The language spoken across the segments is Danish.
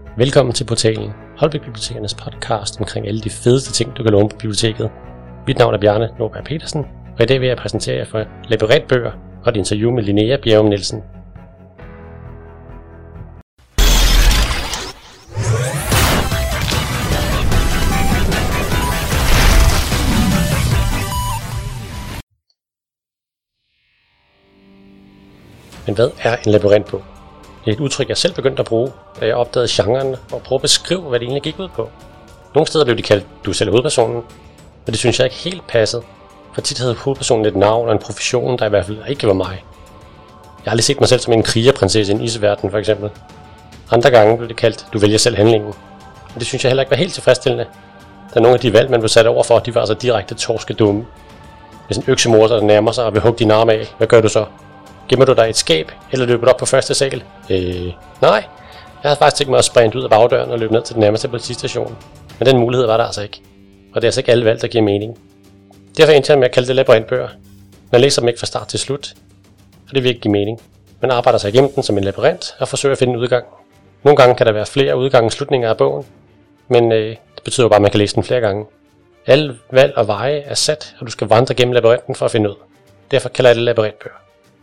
Velkommen til Portalen, Holbæk Bibliotekernes podcast omkring alle de fedeste ting, du kan låne på biblioteket. Mit navn er Bjarne Norberg Petersen, og i dag vil jeg præsentere jer for labyrintbøger og et interview med Linnea Bjerrum Nielsen. Men hvad er en labyrintbog? Det er et udtryk, jeg selv begyndte at bruge, da jeg opdagede genren og prøvede at beskrive, hvad det egentlig gik ud på. Nogle steder blev de kaldt, du selv er hovedpersonen, men det synes jeg ikke helt passede, for tit havde hovedpersonen et navn og en profession, der i hvert fald ikke var mig. Jeg har aldrig set mig selv som en krigerprinsesse i en isverden, for eksempel. Andre gange blev det kaldt, du vælger selv handlingen, men det synes jeg heller ikke var helt tilfredsstillende, da nogle af de valg, man blev sat over for, de var altså direkte torskedumme. Hvis en øksemorder der nærmer sig og vil hugge din arm af, hvad gør du så? Gemmer du dig i et skab, eller løber du op på første sal? Nej. Jeg havde faktisk tænkt mig at sprinte ud af bagdøren og løbe ned til den nærmeste politistation. Men den mulighed var der altså ikke. Og det er altså ikke alle valg, der giver mening. Derfor endte jeg med at kalde det labyrintbøger. Man læser dem ikke fra start til slut, og det vil ikke give mening. Man arbejder sig igennem den som en labyrint og forsøger at finde en udgang. Nogle gange kan der være flere udgange og slutninger af bogen, men det betyder jo bare, at man kan læse den flere gange. Alle valg og veje er sat, og du skal vandre gennem labyrinten for at finde ud. Derfor kalder jeg det labyrintbøger.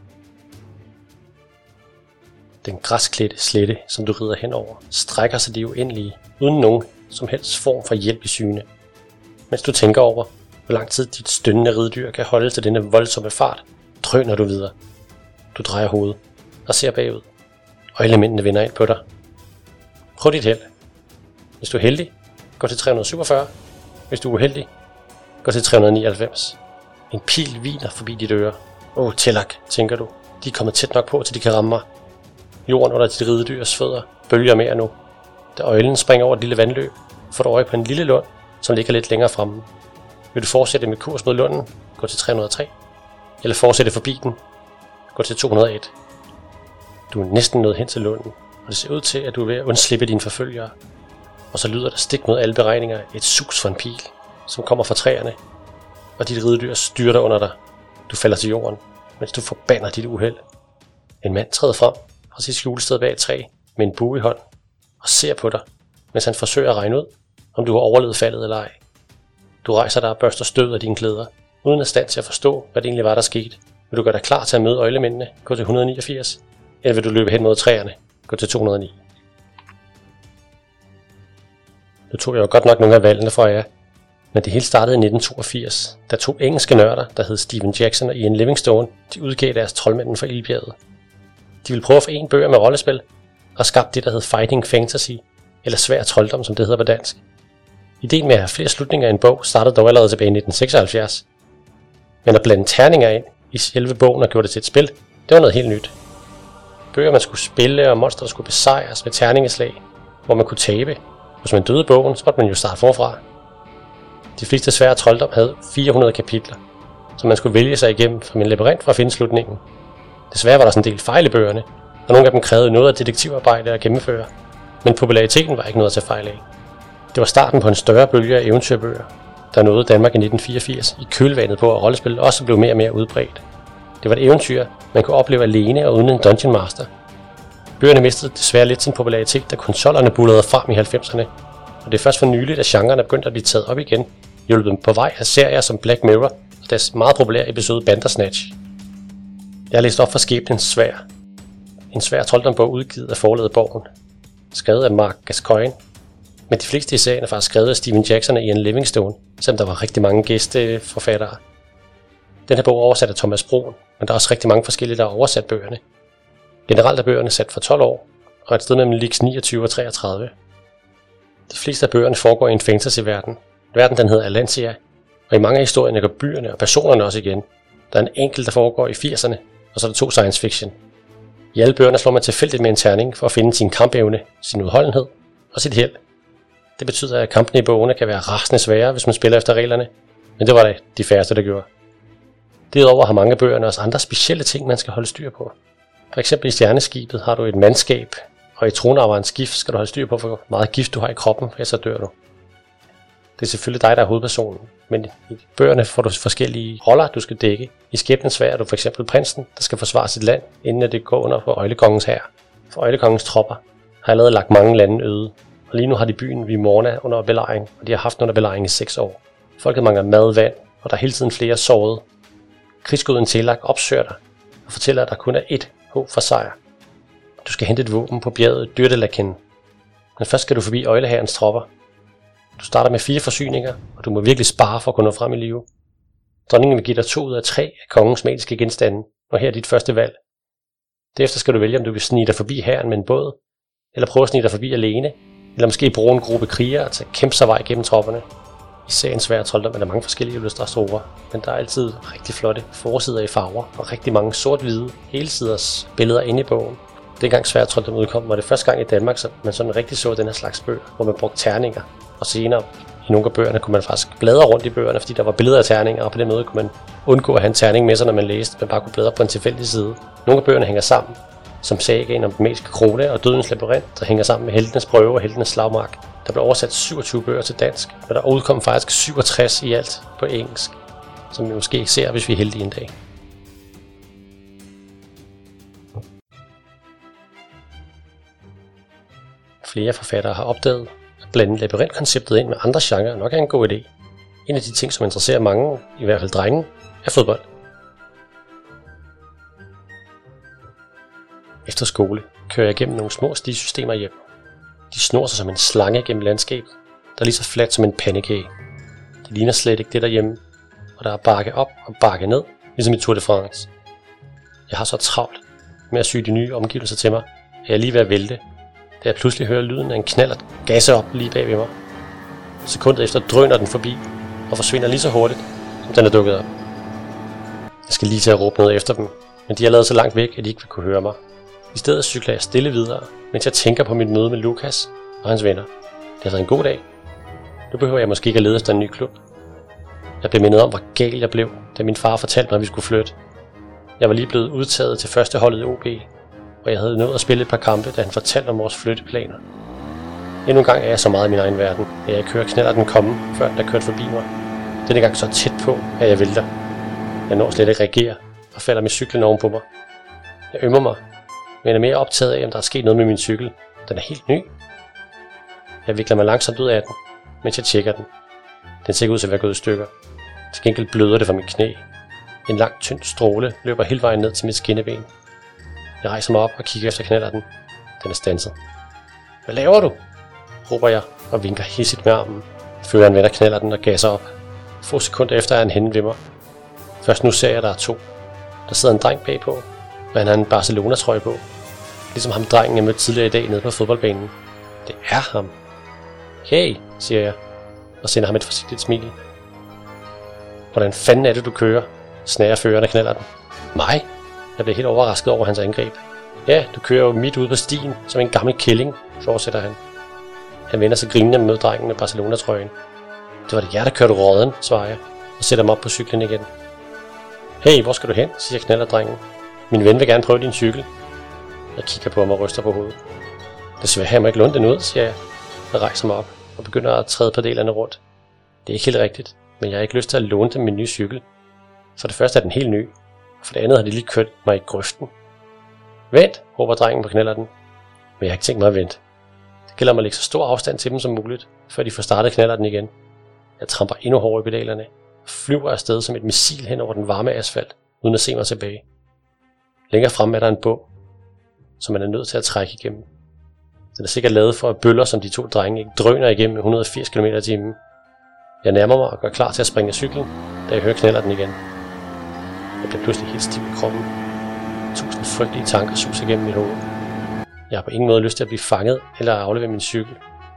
Den græsklædte slette, som du rider henover, strækker sig det uendelige, uden nogen som helst form for hjælp i syne. Mens du tænker over, hvor lang tid dit stønnende ridedyr kan holde til denne voldsomme fart, drøner du videre. Du drejer hovedet og ser bagud, og elementene vender ind på dig. Prøv dit held. Hvis du er heldig, gå til 347. Hvis du er uheldig, gå til 399. En pil hviner forbi dit øre. Tellak, tænker du. De er kommet tæt nok på, til de kan ramme mig. Jorden under dit ridedyrs fødder bølger mere nu. Da øjlen springer over et lille vandløb, får du øje på en lille lund, som ligger lidt længere fremme. Vil du fortsætte med kurs mod lunden, gå til 303. Eller fortsætte forbi den, gå til 201. Du er næsten nået hen til lunden, og det ser ud til, at du er ved at undslippe dine forfølgere. Og så lyder der stik mod alle beregninger et sus for en pil, som kommer fra træerne, og dit ridedyr styrter under dig. Du falder til jorden, mens du forbander dit uheld. En mand træder frem fra sit skjulested bag et træ med en bue i hånd og ser på dig, mens han forsøger at regne ud, om du har overlevet faldet eller ej. Du rejser dig og børster støv af dine klæder, uden at stand til at forstå, hvad det egentlig var, der skete. Vil du gøre dig klar til at møde øjlemændene, gå til 189, eller vil du løbe hen mod træerne, gå til 209. Nu tog jeg jo godt nok nogle af valgene fra jer, men det hele startede i 1982, da to engelske nørder, der hed Stephen Jackson og Ian Livingstone, de udgav deres Troldmanden fra Ildbjerget. De ville prøve at forene bøger med rollespil, og skabte det, der hed Fighting Fantasy, eller Svær Trolddom, som det hedder på dansk. Ideen med at have flere slutninger i en bog startede dog allerede tilbage i 1976. Men at blande terninger ind i selve bogen og gjorde det til et spil, det var noget helt nyt. Bøger, man skulle spille, og monstre, der skulle besejres med terningeslag, hvor man kunne tabe. Hvis man døde bogen, så måtte man jo starte forfra. De fleste Svær Trolddom havde 400 kapitler, som man skulle vælge sig igennem fra en labyrint for at finde slutningen. Desværre var der sådan en del fejl i bøgerne, og nogle af dem krævede noget af detektivarbejde at gennemføre, men populariteten var ikke noget at tage fejl af. Det var starten på en større bølge af eventyrbøger, der nåede Danmark i 1984 i kølvandet på, at rollespil også blev mere og mere udbredt. Det var et eventyr, man kunne opleve alene og uden en Dungeon Master. Bøgerne mistede desværre lidt sin popularitet, da konsollerne buldrede frem i 90'erne, og det er først for nyligt, at genren er begyndt at blive taget op igen, hjulpet dem på vej af serier som Black Mirror og deres meget populære episode Bandersnatch. Jeg har læst op fra Skæbnens Sværd. En svær trolddombog udgivet af forlaget Borgen. Skrevet af Mark Gascoigne. Men de fleste i serien er faktisk skrevet af Stephen Jackson og Ian Livingstone, selvom der var rigtig mange gæsteforfattere. Den her bog er oversat af Thomas Broen, men der er også rigtig mange forskellige, der har oversat bøgerne. Generelt er bøgerne sat for 12 år, og et sted mellem Lix 29 og 33. De fleste af bøgerne foregår i en fantasy-verden. Verden den hedder Atlantia, og i mange af historierne går byerne og personerne også igen. Der er en enkelt, der foregår i 80'erne, og så er der 2 science fiction. I alle bøgerne slår man tilfældigt med en terning for at finde sin kampevne, sin udholdenhed og sit held. Det betyder, at kampene i bogene kan være rasende svære, hvis man spiller efter reglerne, men det var det de færreste, der gjorde. Derudover har mange af bøgerne også andre specielle ting, man skal holde styr på. For eksempel i Stjerneskibet har du et mandskab, og i Tronarverens gift skal du holde styr på, hvor meget gift du har i kroppen, ellers så dør du. Det er selvfølgelig dig, der er hovedpersonen, men i bøgerne får du forskellige roller, du skal dække. I Skæbnens Sværd er du f.eks. prinsen, der skal forsvare sit land, inden det går under for Øjlekongens hær. For Øjlekongens tropper har allerede lagt mange lande øde, og lige nu har de byen Vimorna under belejring, og de har haft den under belejring i 6 år. Folket mangler mad, vand, og der er hele tiden flere sårede. Krigsguden Telak opsøger dig og fortæller, at der kun er ét håb for sejr. Du skal hente et våben på bjerget Dyrtelaken, men først skal du forbi Øglehærens tropper. Du starter med 4 forsyninger, og du må virkelig spare for at kunne nå frem i live. Dronningen vil give dig 2 ud af 3 af kongens magiske genstande, og her er dit første valg. Derefter skal du vælge, om du vil snige dig forbi hæren med en båd, eller prøve at snige dig forbi alene, eller måske bruge en gruppe krigere til at kæmpe sig vej gennem tropperne. I serien Sværd og Trolddom er der mange forskellige illustratorer, men der er altid rigtig flotte forsider i farver, og rigtig mange sort-hvide, helsiders billeder inde i bogen. Dengang Sværd og Trolddom udkom, var det første gang i Danmark, så man sådan rigtig så den her slags bøger, hvor man brugte terninger, og senere i nogle af bøgerne kunne man faktisk bladre rundt i bøgerne, fordi der var billeder af terninger, og på den måde kunne man undgå at have en terning med sig, når man læste, men bare kunne bladre på en tilfældig side. Nogle af bøgerne hænger sammen, som sagaen om den magiske krone og dødens labyrint, der hænger sammen med heltenes prøve og heltenes slagmark. Der blev oversat 27 bøger til dansk, og der udkom faktisk 67 i alt på engelsk, som vi måske ikke ser, hvis vi er heldige en dag. Flere forfattere har opdaget, at blande labyrintkonceptet ind med andre genrer nok er en god idé. En af de ting, som interesserer mange, i hvert fald drenge, er fodbold. Efter skole kører jeg gennem nogle små stisystemer hjem. De snor sig som en slange gennem landskabet, der er lige så fladt som en pandekage. Det ligner slet ikke det derhjemme, og der er bakke op og bakke ned, ligesom i Tour de France. Jeg har så travlt med at sy de nye omgivelser til mig, at jeg er lige ved at vælte, da jeg pludselig hører lyden af en knallert gasse op lige bag ved mig. Sekundet efter drøner den forbi og forsvinder lige så hurtigt, som den er dukket op. Jeg skal lige til at råbe noget efter dem, men de er lavet så langt væk, at de ikke vil kunne høre mig. I stedet cykler jeg stille videre, mens jeg tænker på mit møde med Lukas og hans venner. Det har været en god dag. Nu behøver jeg måske ikke at lede efter en ny klub. Jeg blev mindet om, hvor gal jeg blev, da min far fortalte mig, at vi skulle flytte. Jeg var lige blevet udtaget til første holdet i OB, og jeg havde nået at spille et par kampe, da han fortalte om vores flytteplaner. Endnu en gang er jeg så meget i min egen verden, at jeg kører knallerten komme, før den er kørt forbi mig. Denne gang så tæt på, at jeg vælter. Jeg når slet ikke reagere og falder med cyklen oven på mig. Jeg ømmer mig, men er mere optaget af, om der er sket noget med min cykel. Den er helt ny. Jeg vikler mig langsomt ud af den, mens jeg tjekker den. Den ser ud til at være gået i stykker. Til gengæld bløder det fra mit knæ. En lang, tynd stråle løber hele vejen ned til mit skinneben. Jeg rejser mig op og kigger efter knallerten. Den er standset. Hvad laver du? Råber jeg og vinker hidsigt med armen. Føler han vender knallerten og gasser op. Få sekunder efter er han henne ved mig. Først nu ser jeg, at der er 2. Der sidder en dreng bagpå, og han har en Barcelona-trøje på. Ligesom ham drengen jeg mødte tidligere i dag nede på fodboldbanen. Det er ham. Hey, siger jeg, og sender ham et forsigtigt smil. Hvordan fanden er det, du kører? Snager føreren af knallerten. Mig? Jeg blev helt overrasket over hans angreb. Ja, du kører jo midt ude på stien, som en gammel kælling, fortsætter han. Han vender sig grinende med drengen med Barcelona-trøjen. Det var det jer, der kørte råden, svarer jeg, og sætter mig op på cyklen igen. Hey, hvor skal du hen, siger knallerdrengen. Min ven vil gerne prøve din cykel. Jeg kigger på ham og ryster på hovedet. Desværre jeg må ikke låne den ud, siger jeg. Jeg rejser mig op og begynder at træde pedalerne rundt. Det er ikke helt rigtigt, men jeg har ikke lyst til at låne dem min nye cykel. For det første er den helt ny, og for det andet har de lige kørt mig i grøften. Vent, råber drengen på knallerten. Men jeg har ikke tænkt mig at vente. Det gælder om at lægge så stor afstand til dem som muligt, før de får startet knallerten igen. Jeg tramper endnu hårdere i pedalerne og flyver afsted som et missil hen over den varme asfalt, uden at se mig tilbage. Længere fremme er der en bog, som man er nødt til at trække igennem. Den er sikkert lavet for at bøller, som de 2 drenge ikke drøner igennem med 180 km/t. Jeg nærmer mig og gør klar til at springe af cyklen, da jeg hører knallerten igen. Jeg bliver pludselig helt stiv i kroppen. 1000 frygtelige tanker suser igennem mit hoved. Jeg har på ingen måde lyst til at blive fanget eller at aflevere min cykel.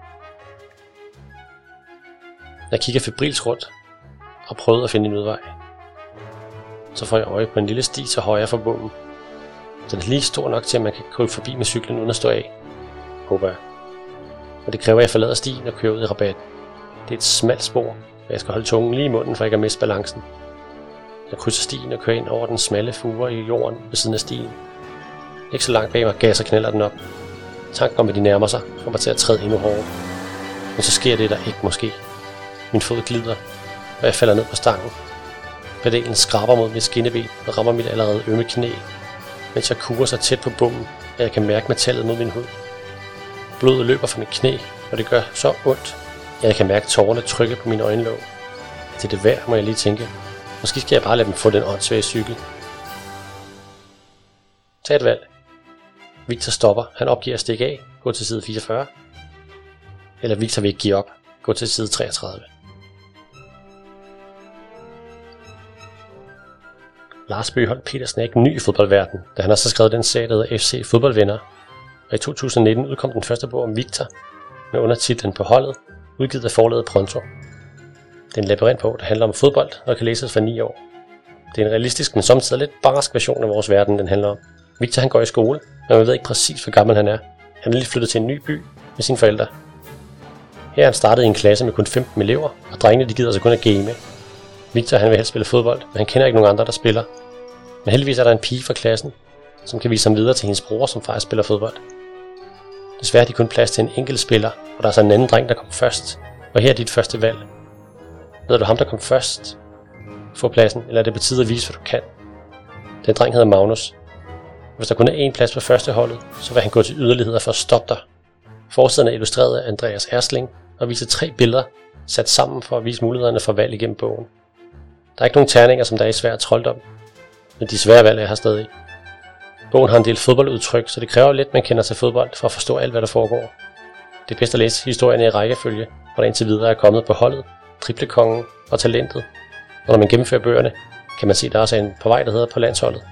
Jeg kigger febrilsk rundt og prøver at finde en udvej. Så får jeg øje på en lille sti til højre for bommen. Den er lige stor nok til, at man kan krybe forbi med cyklen uden at stå af, håber jeg. Og det kræver, at jeg forlader stien og kører ud i rabatten. Det er et smalt spor, og jeg skal holde tungen lige i munden, for ikke at miste balancen. Jeg krydser stien og kører ind over den smalle fure i jorden ved siden af stien. Ikke så langt bag mig gasser knælder den op. Tanken om, at de nærmer sig, får mig til at træde endnu hårdere. Men så sker det, der ikke må ske. Min fod glider, og jeg falder ned på stangen. Pedalen skraber mod mit skinneben og rammer mit allerede ømme knæ, mens jeg kurer så tæt på bommen, at jeg kan mærke metallet mod min hud. Blodet løber fra mit knæ, og det gør så ondt. Jeg kan mærke tårerne trykke på mine øjenlåg. Det er det værd, må jeg lige tænke. Måske skal jeg bare lade dem få den åndssvage cykel. Tag et valg. Victor stopper. Han opgiver at stikke af. Gå til side 44. Eller Victor vil ikke give op. Gå til side 33. Lars Bøgeholt Petersen er ikke ny i fodboldverdenen, da han har så skrevet den serie, der hedder FC Fodboldvenner. Og i 2019 udkom den første bog om Victor, med undertitlen På holdet, udgivet af forlaget Pronto. Det er en labyrintbog, der handler om fodbold og kan læses for 9 år. Det er en realistisk, men samtidig lidt barsk version af vores verden, den handler om. Victor han går i skole, men man ved ikke præcis, hvor gammel han er. Han er lige flyttet til en ny by med sine forældre. Her er han startet i en klasse med kun 15 elever, og drengene de gider sig kun at game. Victor han vil helst spille fodbold, men han kender ikke nogen andre, der spiller. Men heldigvis er der en pige fra klassen, som kan vise ham videre til hendes bror, som faktisk spiller fodbold. Desværre er de kun plads til en enkelt spiller, og der er så en anden dreng, der kommer først. Og her er dit første valg. Ved du ham, der kom først? Få pladsen, eller er det på tide at vise, hvad du kan? Den dreng hedder Magnus. Hvis der kun er én plads på første holdet, så vil han gå til yderligheder for at stoppe dig. Forsiden er illustreret af Andreas Ersling og viser 3 billeder sat sammen for at vise mulighederne for valg igennem bogen. Der er ikke nogen terninger, som der er i svær trolddom, men de svære valg er her stadig. Bogen har en del fodboldudtryk, så det kræver lidt, man kender til fodbold for at forstå alt, hvad der foregår. Det er bedst at læse historierne i rækkefølge, hvor der indtil videre er kommet på holdet, triplekongen og talentet. Og når man gennemfører bøgerne, kan man se, at der også er en på vej, der hedder På landsholdet.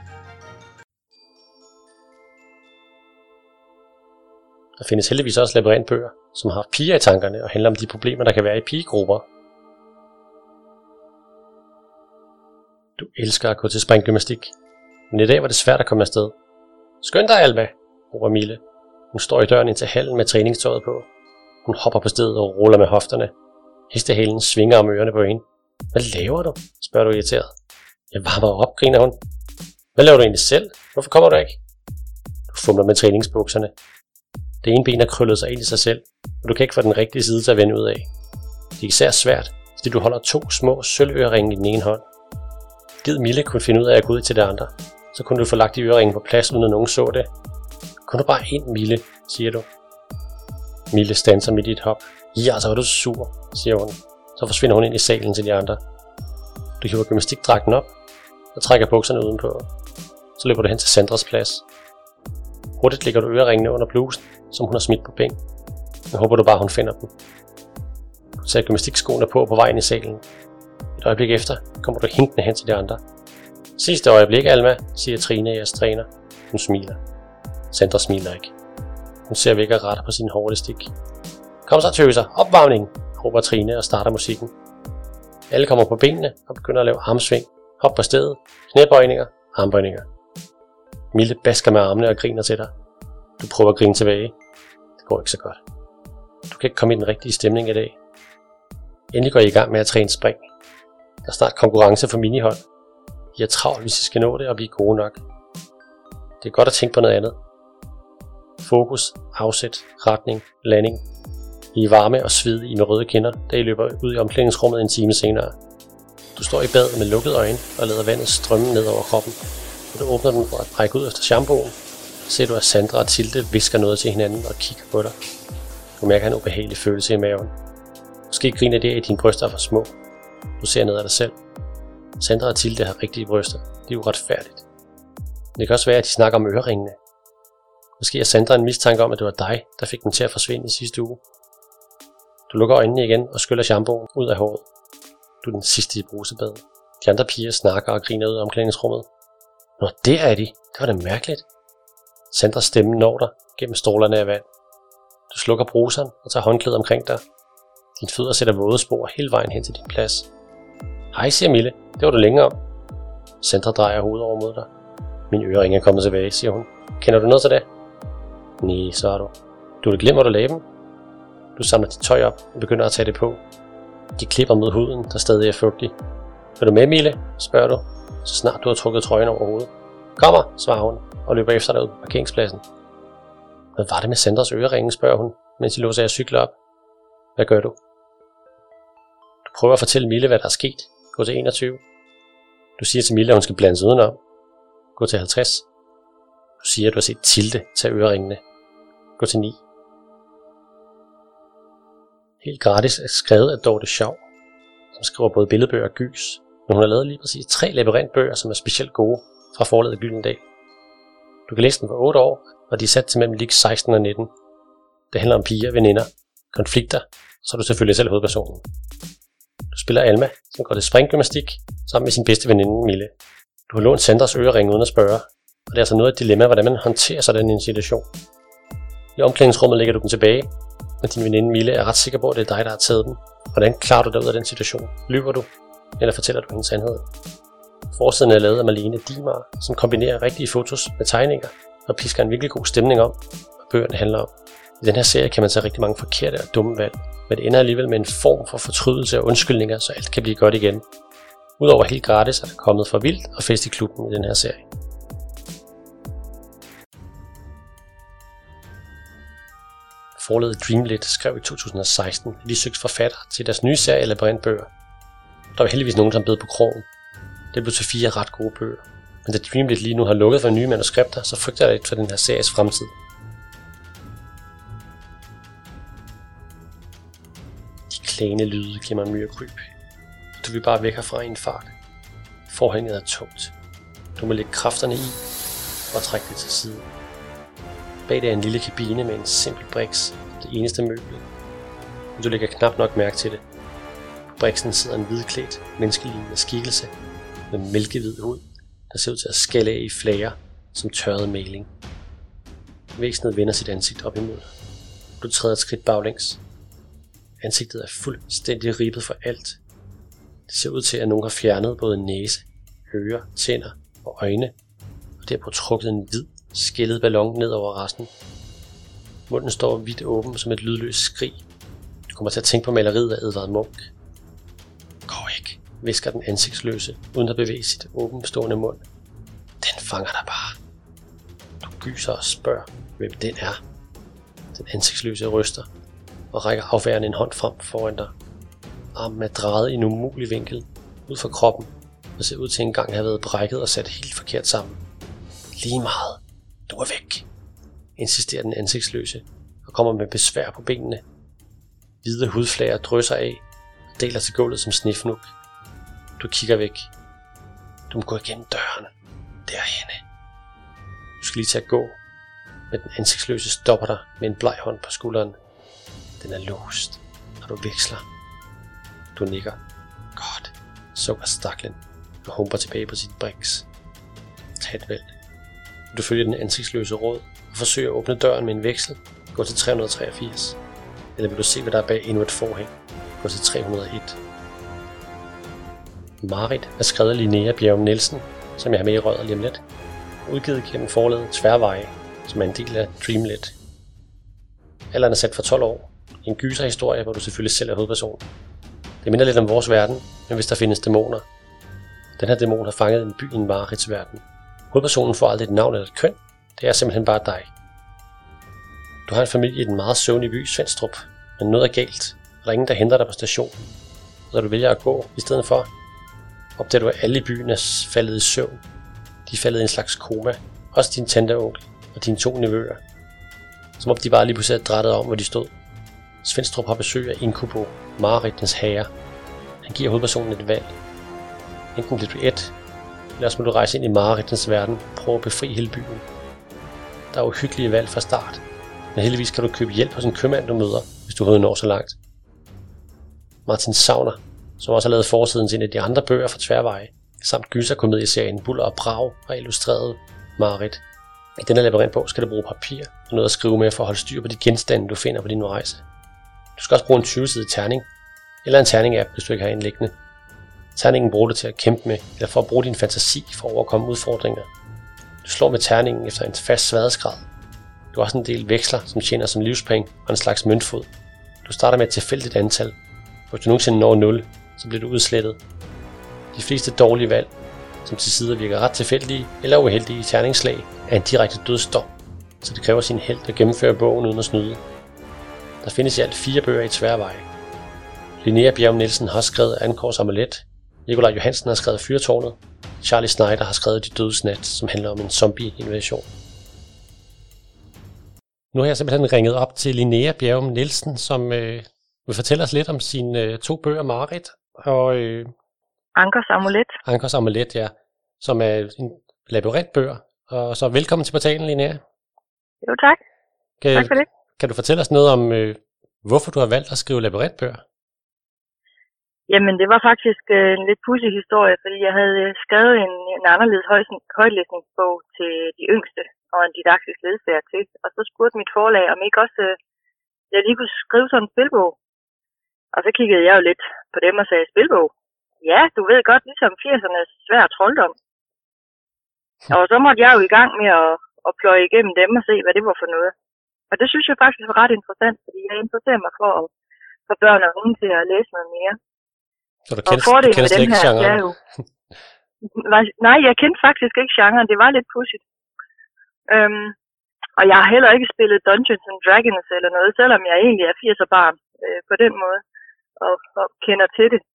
Der findes heldigvis også labyrintbøger, som har piger i tankerne og handler om de problemer, der kan være i pigegrupper. Du elsker at gå til springgymnastik, men i dag var det svært at komme afsted. Skynd dig, Alma, råber Mille. Hun står i døren ind til hallen med træningstøjet på. Hun hopper på stedet og ruller med hofterne. Hestehalen svinger om ørerne på hende. Hvad laver du? Spørger du irriteret. Jeg varmer op, griner hun. Hvad laver du egentlig selv? Hvorfor kommer du ikke? Du fumler med træningsbukserne. Det ene ben er krøllet sig ind i sig selv, og du kan ikke få den rigtige side til at vende ud af. Det er især svært, fordi du holder 2 små sølvøreringe i den ene hånd. Gid Mille kunne finde ud af at gå ud til det andre, så kunne du få lagt de øreringe på plads, uden at nogen så det. Kom du bare ind, Mille, siger du. Mille standser midt i et hop. Ja, så var du sur, siger hun. Så forsvinder hun ind i salen til de andre. Du hiver gymnastikdragten op og trækker bukserne udenpå. Så løber du hen til Sandras plads. Hurtigt lægger du øreringene under blusen, som hun har smidt på bænk. Jeg håber du bare, hun finder dem. Du tager gymnastikskoene på vejen i salen. Et øjeblik efter kommer du hinkende hen til de andre. Sidste øjeblik, Alma, siger Trine, jeres træner. Hun smiler. Sandra smiler ikke. Hun ser væk og retter på sin hårde stik. Kom så, tøser, opvarmning, råber Trine og starter musikken. Alle kommer på benene og begynder at lave armsving. Hop på stedet, knæbøjninger, armbøjninger. Mille basker med armene og griner til dig. Du prøver at grine tilbage. Det går ikke så godt. Du kan ikke komme i den rigtige stemning i dag. Endelig går I i gang med at træne spring. Der er snart konkurrence for minihold. I er travlt, hvis I skal nå det og blive gode nok. Det er godt at tænke på noget andet. Fokus, afsæt, retning, landing. I er varme og svedige med røde kinder, da I løber ud i omklædningsrummet en time senere. Du står i badet med lukkede øjne og lader vandet strømme ned over kroppen. Når du åbner den for at brække ud efter shampooen, ser du, at Sandra og Tilde visker noget til hinanden og kigger på dig. Du mærker en ubehagelig følelse i maven. Måske griner det, at dine bryster er for små. Du ser ned af dig selv. Sandra og Tilde har rigtige bryster. Det er uretfærdigt. Det kan også være, at de snakker om øreringene. Måske er Sandra en mistanke om, at det var dig, der fik dem til at forsvinde i sidste uge. Du lukker øjnene igen og skyller shampooen ud af håret. Du er den sidste i brusebadet. De andre piger snakker og griner ud af omklædningsrummet. Nå, det er de. Det var da mærkeligt. Sandras stemme når dig gennem strålerne af vand. Du slukker bruseren og tager håndklædet omkring dig. Dine fødder sætter våde spor hele vejen hen til din plads. Hej, siger Mille. Det var du længe om. Sandra drejer hovedet over mod dig. Min ørering er kommet tilbage, siger hun. Kender du noget til det? Nej, svarer du. Du vil glemme, hvor du lagde dem. Du samler dit tøj op og begynder at tage det på. De klipper mod huden, der stadig er fugtig. Er du med, Mille? Spørger du, så snart du har trukket trøjen over hovedet. Kommer, svarer hun, og løber efter dig ud på parkeringspladsen. Hvad var det med Sandras øreringe, spørger hun, mens I låser jeres cykler op. Hvad gør du? Du prøver at fortælle Mille, hvad der er sket. Gå til 21. Du siger til Mille, at hun skal blandes udenom. Gå til 50. Du siger, at du har set Tilde tage øreringene. Gå til 9. helt gratis, er skrevet af Dorte Schau, som skriver både billedbøger og gys. Men hun har lavet lige præcis 3 labyrintbøger, som er specielt gode fra forlaget Gyldendal. Du kan læse dem for 8 år, og de er sat til mellem lig 16 og 19. Det handler om piger, veninder, konflikter, så er du selvfølgelig selv hovedpersonen. Du spiller Alma, som går til springgymnastik sammen med sin bedste veninde Mille. Du har lånt Sandras ørering uden at spørge, og det er altså noget af et dilemma, hvordan man håndterer sådan en situation. I omklædningsrummet lægger du dem tilbage, men din veninde Mille er ret sikker på, at det er dig, der har taget dem. Hvordan klarer du dig ud af den situation? Lyver du, eller fortæller du hendes sandhed? Forsiden er lavet af Marlene Dimar, som kombinerer rigtige fotos med tegninger og pisker en virkelig god stemning om, hvad bøgerne handler om. I den her serie kan man tage rigtig mange forkerte og dumme valg, men det ender alligevel med en form for fortrydelse og undskyldninger, så alt kan blive godt igen. Udover helt gratis er der kommet for vildt og fest i klubben i den her serie. Forlaget Dreamlit skrev i 2016 lige søgt forfatter til deres nye serie labyrintbøger. Der var heldigvis nogen, som bed på krogen. Det blev til 4 ret gode bøger. Men da Dreamlit lige nu har lukket for nye manuskripter, så frygter jeg lidt for den her series fremtid. De klagende lyde giver mig myrekryb. Du vil bare væk herfra i en fart. Forhænget er tungt. Du må lægge kræfterne i og trække det til side. Bag det er en lille kabine med en simpel briks, det eneste møbel. Men du lægger knap nok mærke til det. På briksen sidder en hvidklædt, menneskelignende skikkelse med mælkehvid hud, der ser ud til at skalle af i flager som tørret maling. Væsenet vender sit ansigt op imod dig. Du træder et skridt baglæns. Ansigtet er fuldstændig ribbet for alt. Det ser ud til, at nogen har fjernet både næse, ører, tænder og øjne, og derpå trukket en hvid, skællet ballon ned over resten. Munden står vidt åben som et lydløst skrig. Du kommer til at tænke på maleriet af Edvard Munch. Gå ikke, hvisker den ansigtsløse, uden at bevæge sit åbenstående mund. Den fanger dig bare. Du gyser og spørger, hvem den er. Den ansigtsløse ryster og rækker afværende en hånd frem foran dig. Armen er drejet i en umulig vinkel ud fra kroppen og ser ud til engang at have været brækket og sat helt forkert sammen. Lige meget. Du er væk, insisterer den ansigtsløse og kommer med besvær på benene. Hvide hudflager drysser af og deler til gulvet som snifnuk. Du kigger væk. Du må gå igennem døren. Derhenne. Du skal lige til at gå, men den ansigtsløse stopper dig med en bleg hånd på skulderen. Den er låst, og du veksler. Du nikker. Godt, sukker staklen og humper tilbage på sit briks. Tag et valg. Du følger den ansigtsløse råd og forsøger at åbne døren med en veksel. Gå til 383. Eller vil du se, hvad der er bag endnu et forhæng? Gå til 301. Marit er skrevet af Linnea Bjerrum Nielsen, som jeg har med i røret lige om lidt. Udgivet gennem forlaget Tværveje, som er en del af Dreamlit. Alderen er sat for 12 år. En gyserhistorie, hvor du selvfølgelig selv er hovedpersonen. Det minder lidt om vores verden, men hvis der findes dæmoner. Den her dæmon har fanget en by i en Marits verden. Hovedpersonen får aldrig et navn eller et køn. Det er simpelthen bare dig. Du har en familie i den meget søvnige by Svenstrup, men noget er galt, og der er ingen, der henter dig på stationen. Så du vælger at gå i stedet for, opdager du, at alle i byen er faldet i søvn. De er faldet i en slags koma. Også din tante og onkel og dine 2 nevøer. Som om de bare lige pludselig drættede om, hvor de stod. Svenstrup har besøg af Inkubo, Maritens herre. Han giver hovedpersonen et valg. Enten bliver du et, eller også må du rejse ind i Maritens verden og prøve at befri hele byen. Der er uhyggelige valg fra start, men heldigvis kan du købe hjælp hos en købmand, du møder, hvis du overhovedet når så langt. Martin Savner, som også har lavet forsiden til en af de andre bøger fra Tværveje, samt gyserkomedieserien Buller og Brag har illustreret Marit. I denne labyrintbog skal du bruge papir og noget at skrive med for at holde styr på de genstande, du finder på din rejse. Du skal også bruge en 20-sidig terning, eller en terning-app, hvis du ikke har en liggende. Terningen bruger du til at kæmpe med, eller for at bruge din fantasi for at overkomme udfordringer. Du slår med terningen efter en fast sværhedsgrad. Du har også en del veksler, som tjener som livspenge og en slags møntfod. Du starter med et tilfældigt antal. Hvis du nogensinde når 0, så bliver du udslettet. De fleste dårlige valg, som til sider virker ret tilfældige eller uheldige i terningsslag, er en direkte dødsdom, så det kræver sin held at gennemføre bogen uden at snyde. Der findes i alt 4 bøger i Tværveje. Linnea Bjerrum Nielsen har skrevet Ankors Amulet, Nikolaj Johansen har skrevet Fyrtårnet, Charlie Snyder har skrevet De Dødes Nat, som handler om en zombie-invasion. Nu har jeg simpelthen ringet op til Linnea Bjerrum Nielsen, som vil fortælle os lidt om sine 2 bøger, Marit og Ankers Amulet. Ankers Amulet, ja, som er en labyrintbøger. Og så velkommen til portalen, Linnea. Jo, tak. Tak for det. Kan du fortælle os noget om, hvorfor du har valgt at skrive labyrintbøger? Jamen, det var faktisk en lidt pudsig historie, fordi jeg havde skrevet en anderledes højtlæsningsbog til de yngste og en didaktisk ledsager til. Og så spurgte mit forlag, om ikke også jeg lige kunne skrive sådan en spilbog. Og så kiggede jeg jo lidt på dem og sagde, spilbog? Ja, du ved godt, ligesom 80'ernes svær trolddom. Og så måtte jeg jo i gang med at pløje igennem dem og se, hvad det var for noget. Og det synes jeg faktisk var ret interessant, fordi jeg interesserer mig for at få børn og unge til at læse noget mere. Så du kender slet ikke genren? Nej, jeg kendte faktisk ikke genren. Det var lidt pudsigt. Og jeg har heller ikke spillet Dungeons and Dragons eller noget, selvom jeg egentlig er 80'er barn på den måde og kender til det.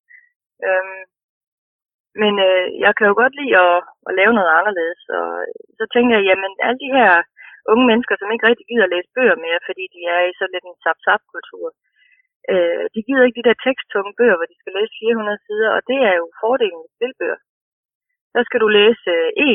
Men jeg kan jo godt lide at lave noget anderledes. Og så tænkte jeg, jamen alle de her unge mennesker, som ikke rigtig gider at læse bøger mere, fordi de er i så lidt en zap-zap-kultur, de gider ikke de der teksttunge bøger, hvor de skal læse 400 sider, og det er jo fordelen med spilbøger. Så skal du læse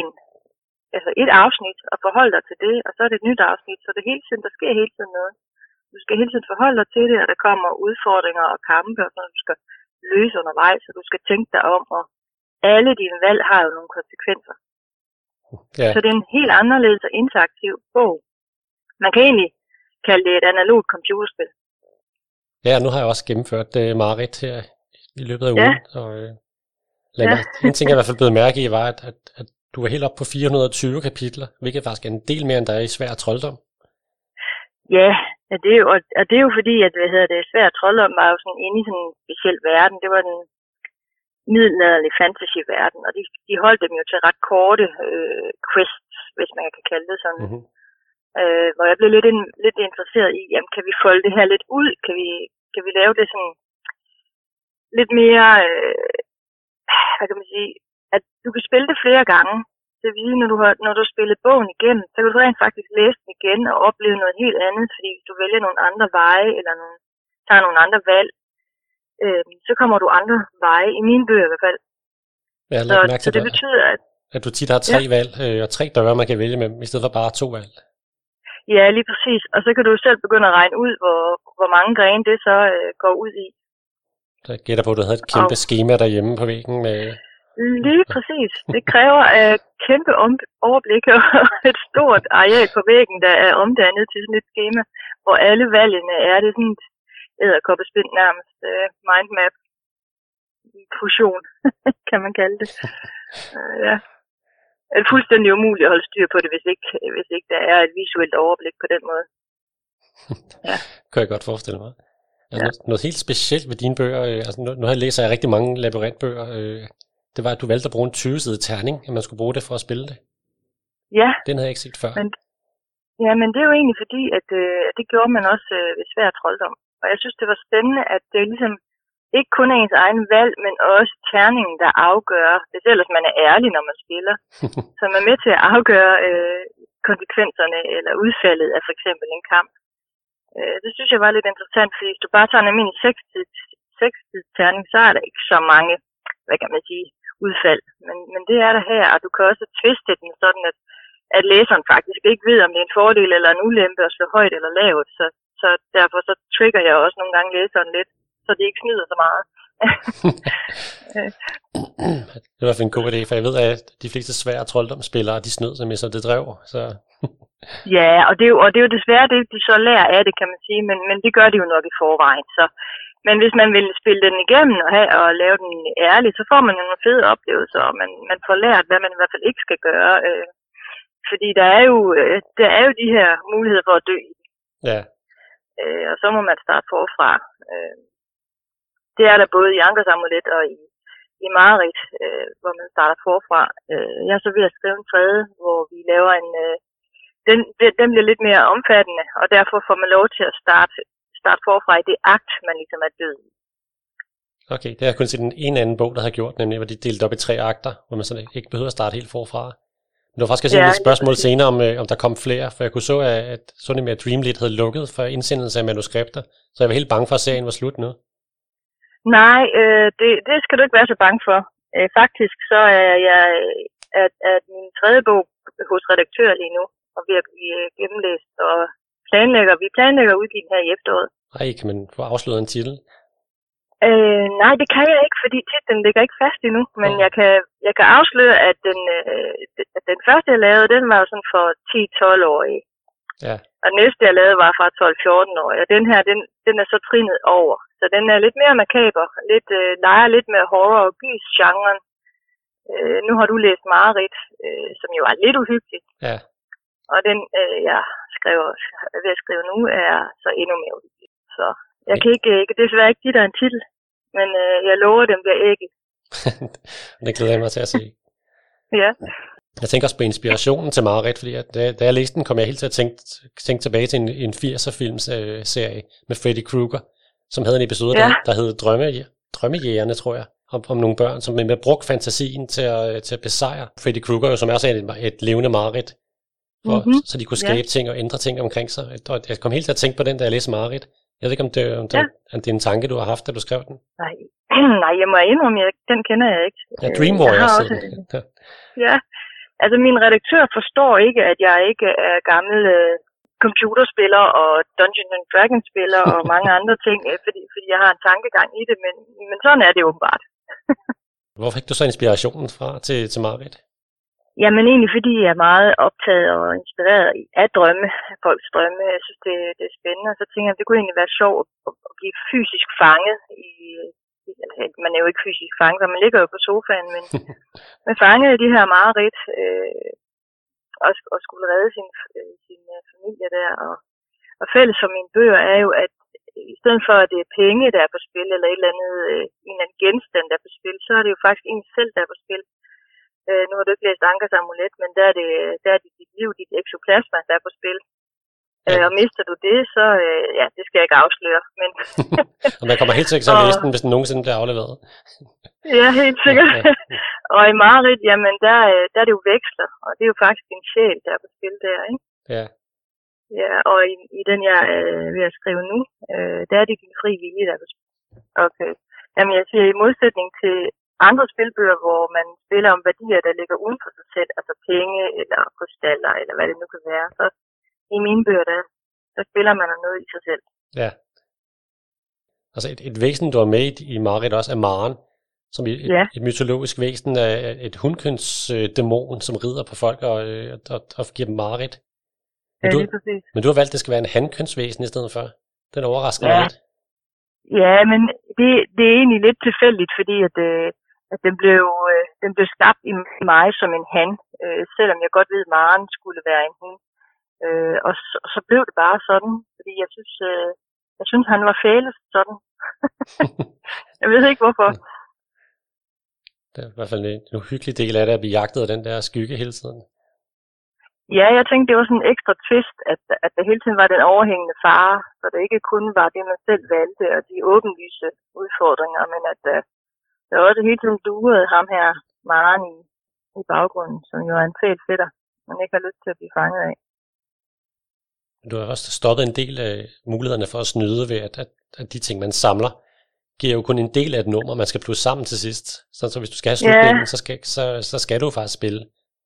et afsnit og forholde dig til det, og så er det et nyt afsnit, så der sker hele tiden noget. Du skal hele tiden forholde dig til det, og der kommer udfordringer og kampe, og sådan, du skal løse undervejs, og du skal tænke dig om, og alle dine valg har jo nogle konsekvenser. Ja. Så det er en helt anderledes og interaktiv bog. Man kan egentlig kalde det et analogt computerspil. Ja, nu har jeg også gennemført Marit her i løbet af ugen, og en ting jeg i hvert fald blevet mærke i, var, at du var helt op på 420 kapitler, hvilket faktisk er en del mere, end der er i Svær Trolddom. Ja, det er jo fordi, at Svær Trolddom var jo sådan inde i sådan en speciel verden. Det var den middelalderlige fantasy-verden, og de holdt dem jo til ret korte quests, hvis man kan kalde det sådan. Mm-hmm. Hvor jeg blev lidt interesseret i, jamen, kan vi folde det her lidt ud? Kan vi lave det sådan lidt mere, hvad kan man sige, at du kan spille det flere gange. Det vil sige, når du har spillet bogen igennem, så kan du rent faktisk læse den igen og opleve noget helt andet, fordi du vælger nogle andre veje, eller tager nogle andre valg, så kommer du andre veje, i mine bøger i hvert fald. Ja, så det betyder, at du tit har 3 valg, og 3 døre, man kan vælge mellem, i stedet for bare 2 valg. Ja, lige præcis. Og så kan du selv begynde at regne ud, hvor mange grene det så går ud i. Så jeg gætter på, at du havde et kæmpe schema derhjemme på væggen med... Lige præcis. Det kræver et kæmpe overblik og et stort areal på væggen, der er omdannet til sådan et schema, hvor alle valgene er det sådan et edderkoppespind nærmest mindmap fusion, kan man kalde det. Ja. Det er fuldstændig umuligt at holde styr på det, hvis ikke der er et visuelt overblik på den måde. Ja. Kan jeg godt forestille mig. Altså, noget helt specielt ved dine bøger, altså nu læser jeg rigtig mange labyrintbøger, det var, at du valgte at bruge en 20-sidet terning, at man skulle bruge det for at spille det. Ja. Den havde jeg ikke set før. Men det er jo egentlig fordi, at det gjorde man også ved Svær Trolddom. Og jeg synes, det var spændende, at det ligesom ikke kun er ens egen valg, men også terningen, der afgør, hvis ellers man er ærlig, når man spiller, som er med til at afgøre konsekvenserne eller udfaldet af for eksempel en kamp. Det synes jeg var lidt interessant, fordi hvis du bare tager en almindelig 6-sides terning, så er der ikke så mange, hvad kan man sige, udfald. Men det er der her, og du kan også twiste den sådan, at læseren faktisk ikke ved, om det er en fordel eller en ulempe at slå højt eller lavt. Så derfor så trigger jeg også nogle gange læseren lidt, så de ikke snyder så meget. Det var en god idé, for jeg ved, at de fleste svære trolddomsspillere, de snød sig med, så det drev. Så. Ja, og det er jo desværre det, de så lærer af det, kan man sige, men det gør de jo nok i forvejen. Men hvis man vil spille den igennem og lave den ærligt, så får man nogle fede oplevelser, og man får lært, hvad man i hvert fald ikke skal gøre. Fordi der er jo de her muligheder for at dø. Ja. Og så må man starte forfra. Det er der både i Ankers Amulet og i Marit, hvor man starter forfra. Jeg er så ved at skrive en tredje, hvor vi laver den bliver lidt mere omfattende, og derfor får man lov til at starte forfra i det akt, man ligesom er død i. Okay, det har jeg kun set en anden bog, der har gjort, nemlig hvor de delt op i 3 akter, hvor man sådan ikke behøver at starte helt forfra. Du var faktisk også et spørgsmål senere, om der kom flere, for jeg kunne så, at sådan med Dreamlit havde lukket for indsendelse af manuskripter, så jeg var helt bange for, at serien var slut nu. Nej, det skal du ikke være så bange for. Faktisk så er jeg at min tredje bog hos redaktør lige nu, og ved at blive gennemlæst, og vi planlægger at udgive den her i efteråret. Nej, kan man få afsløret en titel? Nej, det kan jeg ikke, fordi titlen ligger ikke fast endnu, men jeg kan afsløre, at den første, jeg lavede, den var jo sådan for 10-12-årige. Ja. Og den næste, jeg lavede, var fra 12-14-årige. Og den her, den er så trinet over. Så den er lidt mere makaber, leger lidt med horror- og gys-genren. Nu har du læst Mareridt, som jo er lidt uhyggelig. Ja. Og den, jeg er ved at skrive nu, er så endnu mere uhyggelig. Så jeg kan ikke desværre ikke give dig en titel, men jeg lover, den bliver ægget. Det glæder jeg mig til at se. Ja. Jeg tænker også på inspirationen til Mareridt, fordi da jeg læste den, kom jeg helt til at tænke tilbage til en 80'er-films serie med Freddy Krueger, som havde en episode, der hed Drømmejægerne, tror jeg, om nogle børn, som med brugt fantasien til at besejre Freddy Krueger, som også er et levende mareridt, så de kunne skabe ting og ændre ting omkring sig. Jeg kom helt til at tænke på den, da jeg læste Mareridt. Jeg ved ikke, om det er en tanke, du har haft, da du skrev den. Nej, jeg må indrømme, den kender jeg ikke. Ja, Dream Warriors. Ja, altså min redaktør forstår ikke, at jeg ikke er gammel computerspiller og Dungeons and Dragons spiller og mange andre ting, fordi jeg har en tankegang i det, men sådan er det åbenbart. Hvor fik du så inspirationen fra til Mareridt? Jamen egentlig fordi jeg er meget optaget og inspireret af drømme, folks drømme. Jeg synes, det er spændende, og så tænker jeg, at det kunne egentlig være sjovt at blive fysisk fanget i... Man er jo ikke fysisk fanget, for man ligger jo på sofaen, men fanget i de her mareridt, og skulle redde sin familie der. Og fælles for mine bøger er jo, at i stedet for, at det er penge, der er på spil, eller en eller anden genstand, der er på spil, så er det jo faktisk en selv, der er på spil. Nu har du ikke læst Ankers amulet, men der er det dit liv, dit exoplasma, der er på spil. Og mister du det, så det skal jeg ikke afsløre. Men og man kommer helt sikkert til at læse den, hvis den nogensinde bliver afleveret. Ja, helt sikkert. Og i Mareridt, jamen der er det jo veksler, og det er jo faktisk din sjæl, der er på spil der, ikke? Ja. Ja, og i den jeg er ved at skrive nu, der er det din fri vilje, der er på spil. Okay. Jamen jeg siger, i modsætning til andre spilbøger, hvor man spiller om værdier, der ligger uden for sig selv, altså penge eller krystaller, eller hvad det nu kan være, så i mine bøger, der spiller man noget i sig selv. Ja. Altså et væsen, du har med i Mareridt også, er Maren, som et mytologisk væsen, et hundkønsdæmon, som rider på folk og giver dem mareridt. Men du har valgt, at det skal være en hankønsvæsen i stedet for. Den overrasker mig lidt. Ja, men det er egentlig lidt tilfældigt, fordi at den blev skabt i mig som en han, selvom jeg godt ved, at Maren skulle være en hun. Og så blev det bare sådan, fordi jeg synes han var fælest sådan. Jeg ved ikke hvorfor. Det er i hvert fald en uhyggelig del af det, at blive jagtet af den der skygge hele tiden. Ja, jeg tænkte, det var sådan en ekstra twist, at der hele tiden var den overhængende fare, så det ikke kun var det, man selv valgte, og de åbenlyse udfordringer, men at der også hele tiden duede ham her, Maren, i baggrunden, som jo er en fæl fætter, man ikke har lyst til at blive fanget af. Du har også stoppet en del af mulighederne for at snyde ved, at de ting, man samler, giver jo kun en del af et nummer, man skal plusse sammen til sidst. Så hvis du skal have slutningen, så skal du faktisk spille.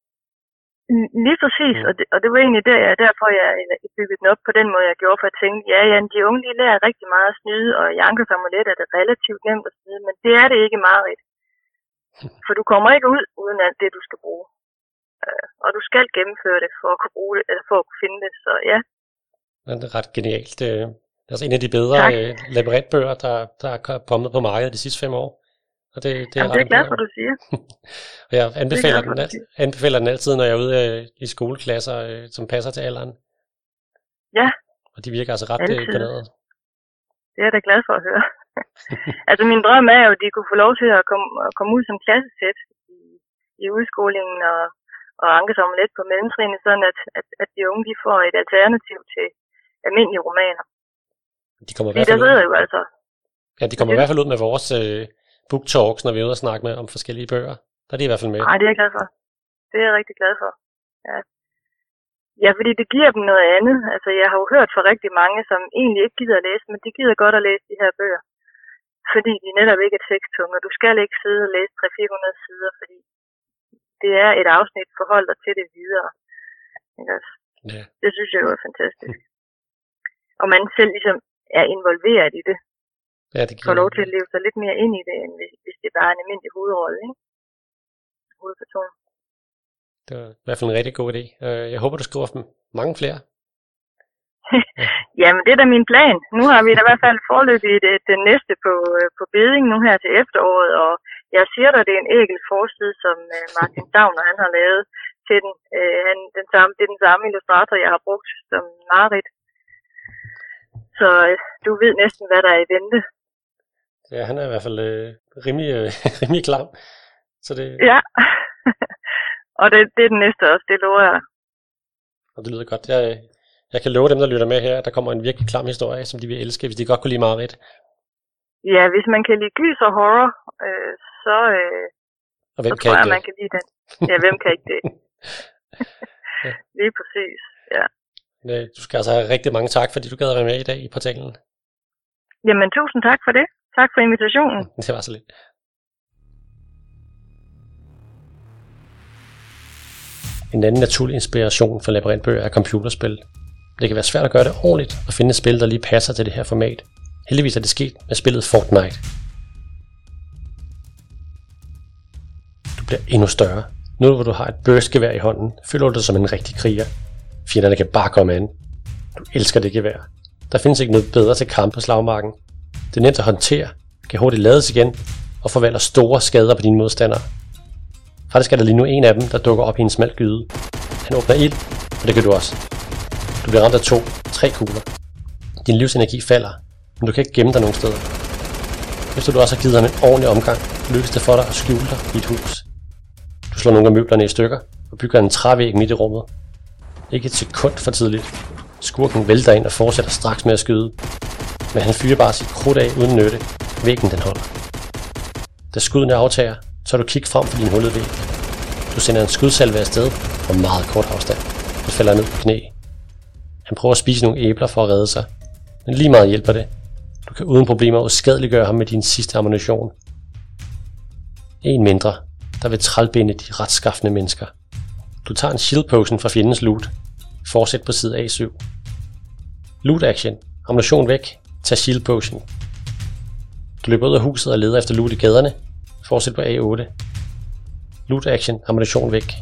Lige præcis, og det var egentlig derfor, jeg byggede den op på den måde, jeg gjorde, for at tænke, de unge de lærer rigtig meget at snyde, og i Ankers amulet er det relativt nemt at snyde, men det er det ikke meget rigtigt. For du kommer ikke ud uden alt det, du skal bruge. Og du skal gennemføre det for at kunne bruge det, eller for at kunne finde det, så ja. Det er ret genialt. Det er altså en af de bedre labyrintbøger, der er kommet på markedet de sidste 5 år. Og det er glad for, du siger. Og jeg anbefaler den altid, når jeg er ude i skoleklasser, som passer til alderen. Ja. Og de virker altså ret imponeret. Det er jeg da glad for at høre. Altså min drøm er jo, at de kunne få lov til at komme ud som klassesæt i udskolingen og Ankers amulet på mellemtrinnet, sådan at de unge de får et alternativ til almindelige romaner. De kommer i hvert fald ud. Jo altså. Ja, de kommer i hvert fald ud med vores book talks, når vi er ude og snakke om forskellige bøger. Der er de i hvert fald med. Nej, det er jeg glad for. Det er jeg rigtig glad for. Ja, fordi det giver dem noget andet. Altså, jeg har jo hørt fra rigtig mange, som egentlig ikke gider at læse, men de gider godt at læse de her bøger. Fordi de netop ikke er teksttunge, og du skal ikke sidde og læse 300-400 sider, fordi det er et afsnit, forhold dig til det videre. Ja. Det synes jeg jo er fantastisk. Og man selv ligesom er involveret i det. Ja, det får lov til at leve sig lidt mere ind i det, end hvis det bare er en almindelig hovedrolle, ikke? Hovedperson. Det var i hvert fald en rigtig god idé. Jeg håber, du skriver dem mange flere. Jamen, det er da min plan. Nu har vi da i hvert fald forløbig det næste på beding nu her til efteråret, og jeg siger dig, det er en ægel forside, som Martin Dagner, han har lavet til den. Det er den samme illustrator, jeg har brugt som Marit. Så du ved næsten, hvad der er i vente. Ja, han er i hvert fald rimelig klam. Så det... Ja, og det er den næste også, det lover jeg. Og det lyder godt. Jeg kan love dem, der lytter med her, at der kommer en virkelig klam historie, som de vil elske, hvis de godt kunne lide Marit. Ja, hvis man kan lide gys og horror, så tror jeg, man kan lide den. Ja, hvem kan ikke det? Ja. Lige præcis, ja. Du skal altså have rigtig mange tak, fordi du gad at være med i dag i portalen. Jamen, tusind tak for det. Tak for invitationen. Det var så lidt. En anden naturlig inspiration for labyrintbøger er computerspil. Det kan være svært at gøre det ordentligt og finde et spil, der lige passer til det her format. Heldigvis er det sket med spillet Fortnite. Du bliver endnu større. Nu hvor du har et burstgevær i hånden, føler du dig som en rigtig kriger. Fjenderne kan bare komme an. Du elsker det gevær. Der findes ikke noget bedre til kamp på slagmarken. Det er nemt at håndtere, kan hurtigt lades igen og forvalter store skader på dine modstandere. Faktisk er der lige nu en af dem, der dukker op i en smal gyde. Han åbner ild, og det kan du også. Du bliver ramt af 2-3 kugler. Din livsenergi falder, men du kan ikke gemme dig nogen steder. Efter du også har givet ham en ordentlig omgang, lykkes det for dig at skjule dig i et hus. Du slår nogle af møblerne i stykker og bygger en trævæg midt i rummet. Ikke et sekund for tidligt. Skurken vælter ind og fortsætter straks med at skyde. Men han fyrer bare sit krudt af uden nytte. Væggen den holder. Da skuddene aftager, så du kigger frem for din hullede væg. Du sender en skudsalve afsted på meget kort afstand. Du falder ned på knæ. Han prøver at spise nogle æbler for at redde sig. Men lige meget hjælper det. Du kan uden problemer uskadeliggøre ham med din sidste ammunition. En mindre, der vil trælbinde de retskaffende mennesker. Du tager en shield potion fra fjendens loot. Fortsæt på side A7. Loot action. Ammunition væk. Tag shield potion. Du løber ud af huset og leder efter loot i gaderne. Fortsæt på A8. Loot action. Ammunition væk.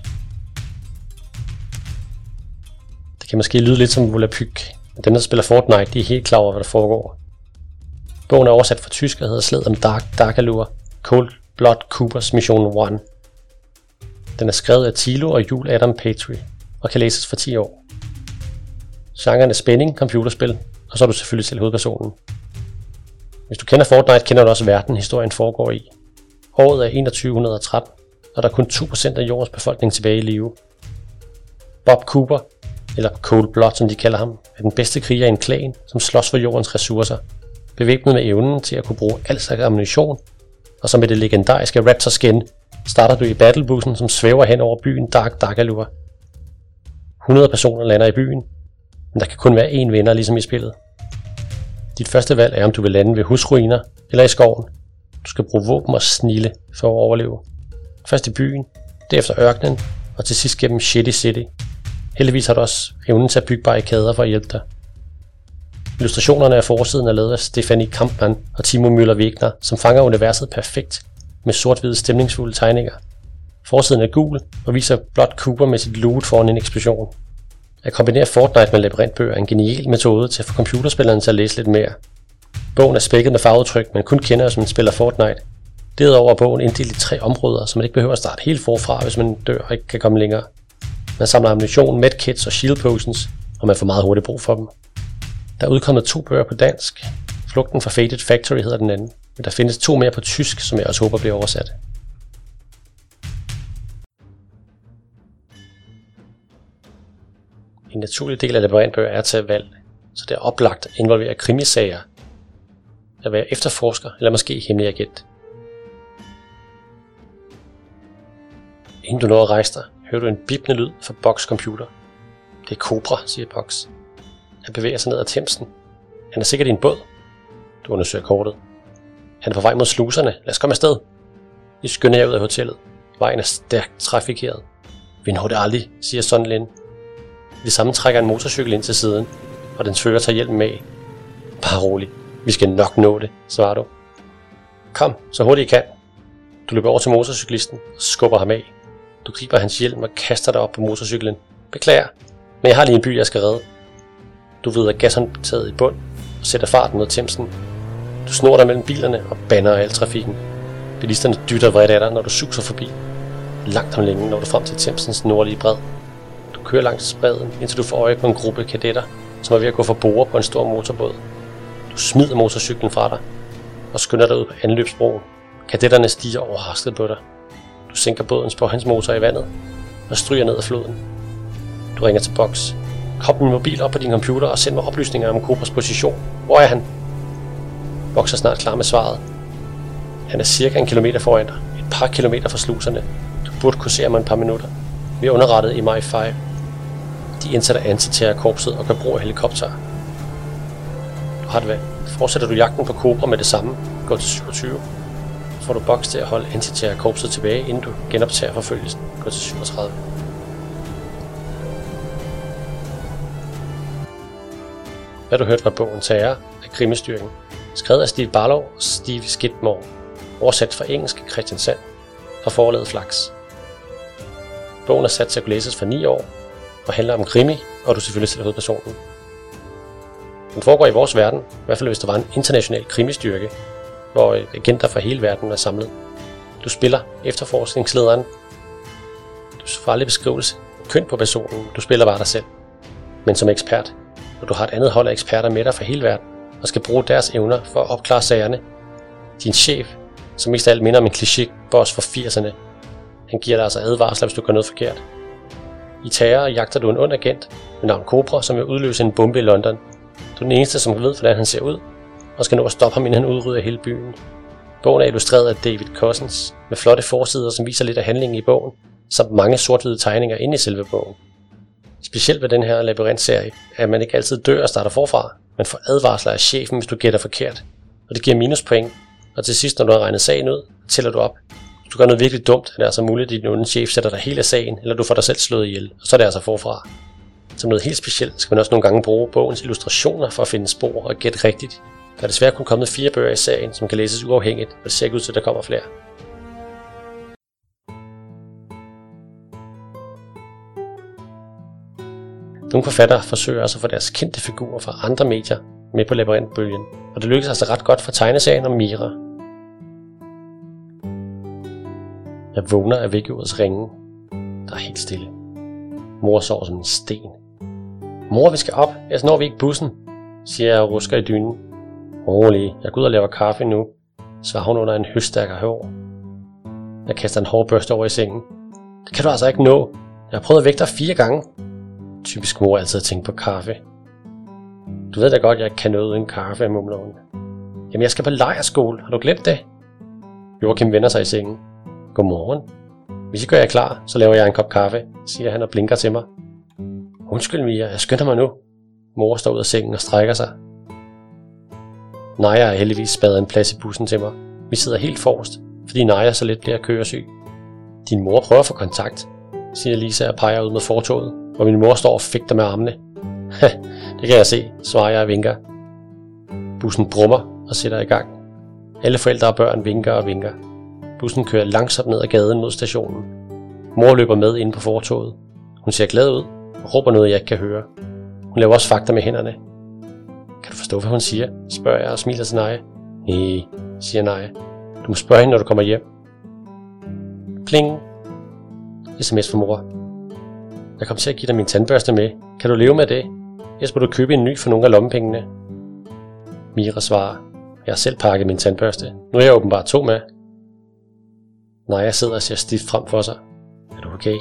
Det kan måske lyde lidt som volapyk, men dem der spiller Fortnite, de er helt klar over hvad der foregår. Bogen er oversat fra tysk og hedder Slaget om Darkalur, Cold Blood Coopers Mission 1. Den er skrevet af Thilo og Jul Adam Petri og kan læses for 10 år. Genren er spænding, computerspil, og så er du selvfølgelig selv hovedpersonen. Hvis du kender Fortnite, kender du også verden, historien foregår i. Året er 2113, og der er kun 2% af jordens befolkning tilbage i live. Bob Cooper, eller Cold Blood som de kalder ham, er den bedste kriger i en klan, som slås for jordens ressourcer, bevæbnet med evnen til at kunne bruge al slags ammunition, og så med det legendariske Raptor skin, starter du i battlebussen, som svæver hen over byen Darkalur. 100 personer lander i byen, men der kan kun være én vinder, ligesom i spillet. Dit første valg er, om du vil lande ved husruiner eller i skoven. Du skal bruge våben og snilde for at overleve. Først i byen, derefter ørkenen, og til sidst gennem Shitty City. Heldigvis har du også evnen til at bygge barrikader for at hjælpe dig. Illustrationerne af forsiden er lavet af Stefanie Kampmann og Timo Müller-Wegner, som fanger universet perfekt med sort-hvide stemningsfulde tegninger. Forsiden er gul og viser blot Cooper med sit loot foran en eksplosion. At kombinere Fortnite med labyrintbøger er en genial metode til at få computerspillerne til at læse lidt mere. Bogen er spækket med farveudtryk, man kun kender, hvis man spiller Fortnite. Derudover er bogen inddelt i 3 områder, så man ikke behøver at starte helt forfra, hvis man dør og ikke kan komme længere. Man samler ammunition, medkits og shield potions, og man får meget hurtigt brug for dem. Der er udkommet 2 bøger på dansk. Flugten fra Faded Factory hedder den anden, men der findes 2 mere på tysk, som jeg også håber bliver oversat. En naturlig del af labyrintbøger er at tage valg, så det er oplagt at involvere krimisager, at være efterforsker eller måske hemmelig agent. Inden du når at rejse dig, hører du en bipende lyd fra Bucks computer. Det er Cobra, siger Bucks. Han bevæger sig ned ad Themsen. Han er sikkert i en båd. Du undersøger kortet. Han er på vej mod sluserne. Lad os komme afsted. I skynder jer ud af hotellet. Vejen er stærkt trafikeret. Vi når det aldrig, siger Sondlin. I det samme trækker en motorcykel ind til siden, og dens fører tager hjelmen med. Bare rolig. Vi skal nok nå det, svarer du. Kom, så hurtigt I kan. Du løber over til motorcyklisten og skubber ham af. Du griber hans hjelm og kaster dig op på motorcyklen. Beklager, men jeg har lige en by, jeg skal redde. Du vrider gashåndtaget i bund og sætter farten mod Themsen. Du snor dig mellem bilerne og bander al trafikken. Bilisterne dytter vredt af dig, når du suser forbi. Langt om længe når du frem til Themsens nordlige bred. Du kører langs bredden, indtil du får øje på en gruppe kadetter, som er ved at gå for bord på en stor motorbåd. Du smider motorcyklen fra dig og skynder dig ud på anløbsbroen. Kadetterne stiger overrasket på dig. Du sænker bådens påhændsmotor i vandet og stryger ned ad floden. Du ringer til Bucks. Kobl min mobil op på din computer og send mig oplysninger om Cobras position. Hvor er han? Bucks er snart klar med svaret. Han er cirka 1 kilometer foran dig. Et par kilometer fra sluserne. Du burde kunne se ham et par minutter. Vi er underrettet i MI5. De indsætter antiterrorkorpset og gør brug af helikopter. Du har det valg. Fortsætter du jagten på Cobra med det samme, gå til 27. Får du Bucks til at holde antiterrorkorpset tilbage, inden du genoptager forfølgelsen, gå til 37. Hvad du hørte var bogen Terror af Krimistyrken, skrevet af Steve Barlow og Steve Skidmore, oversat fra engelsk af Christian Sand fra forlaget Flaks. Bogen er sat til at kunne læses for 9 år og handler om krimi, og du selvfølgelig selv hovedpersonen. Den foregår i vores verden, i hvert fald hvis der var en international krimistyrke, hvor agenter fra hele verden er samlet. Du spiller efterforskningslederen. Du får aldrig beskrivelse køn på personen, du spiller bare dig selv. Men som ekspert, og du har et andet hold af eksperter med dig fra hele verden, og skal bruge deres evner for at opklare sagerne. Din chef, som mest af alt minder om en kliché-boss fra 80'erne, han giver dig altså advarsler, hvis du gør noget forkert. I Terror jagter du en ond agent med navn Cobra, som vil udløse en bombe i London. Du er den eneste, som ved, hvordan han ser ud, og skal nå at stoppe ham, inden han udrydder hele byen. Bogen er illustreret af David Cousins, med flotte forsider, som viser lidt af handlingen i bogen, samt mange sort-hvide tegninger inde i selve bogen. Specielt ved den her labyrintserie, er man ikke altid dør og starter forfra, men får advarsler af chefen, hvis du gætter forkert, og det giver minuspoint, og til sidst, når du har regnet sagen ud, tæller du op. Hvis du gør noget virkelig dumt, er det altså muligt, at din onde chef sætter dig helt af sagen, eller du får dig selv slået ihjel, og så er det altså forfra. Som noget helt specielt skal man også nogle gange bruge bogens illustrationer for at finde spor og gætte rigtigt. Der er desværre kun kommet 4 bøger i serien, som kan læses uafhængigt, og det ser ikke ud til, at der kommer flere. Nogle forfattere forsøger også at få deres kendte figurer fra andre medier med på labyrintbølgen, og det lykkes altså ret godt for tegneserien om Mira. Jeg vågner af vækkeurdets ringe. Der er helt stille. Mor sover som en sten. Mor, vi skal op, ellers når vi ikke bussen, siger jeg og rusker i dynen. Rolig, jeg går ud og laver kaffe nu, svarer hun under en høststærkere hår. Jeg kaster en hårbørste over i sengen. Det kan du altså ikke nå. Jeg har prøvet at vække dig 4 gange. Typisk mor altid at tænke på kaffe. Du ved da godt, jeg ikke kan noget uden kaffe, mumler hun. Jamen, jeg skal på lejrskole. Har du glemt det? Joachim vender sig i sengen. Godmorgen. Hvis I gør jer klar, så laver jeg en kop kaffe, siger han og blinker til mig. Undskyld, Mia, jeg skynder mig nu. Mor står ud af sengen og strækker sig. Naja har heldigvis spadet en plads i bussen til mig. Vi sidder helt forrest, fordi Naja så let bliver køresyg. Din mor prøver at få kontakt, siger Lisa og peger ud mod fortovet, hvor min mor står og fægter med armene. Det kan jeg se, svarer jeg og vinker. Bussen brummer og sætter i gang. Alle forældre og børn vinker og vinker. Bussen kører langsomt ned ad gaden mod stationen. Mor løber med inde på fortovet. Hun ser glad ud og råber noget, jeg ikke kan høre. Hun laver også fakta med hænderne. Kan du forstå, hvad hun siger? Spørger jeg og smiler til Naja. Nej, siger Naja. Du må spørge hende, når du kommer hjem. Pling. SMS fra mor. Jeg kommer til at give dig min tandbørste med. Kan du leve med det? Ellers må du købe en ny for nogle af lommepengene. Mira svarer. Jeg har selv pakket min tandbørste. Nu er jeg åbenbart 2 med. Naja sidder og ser stift frem for sig. Er du okay?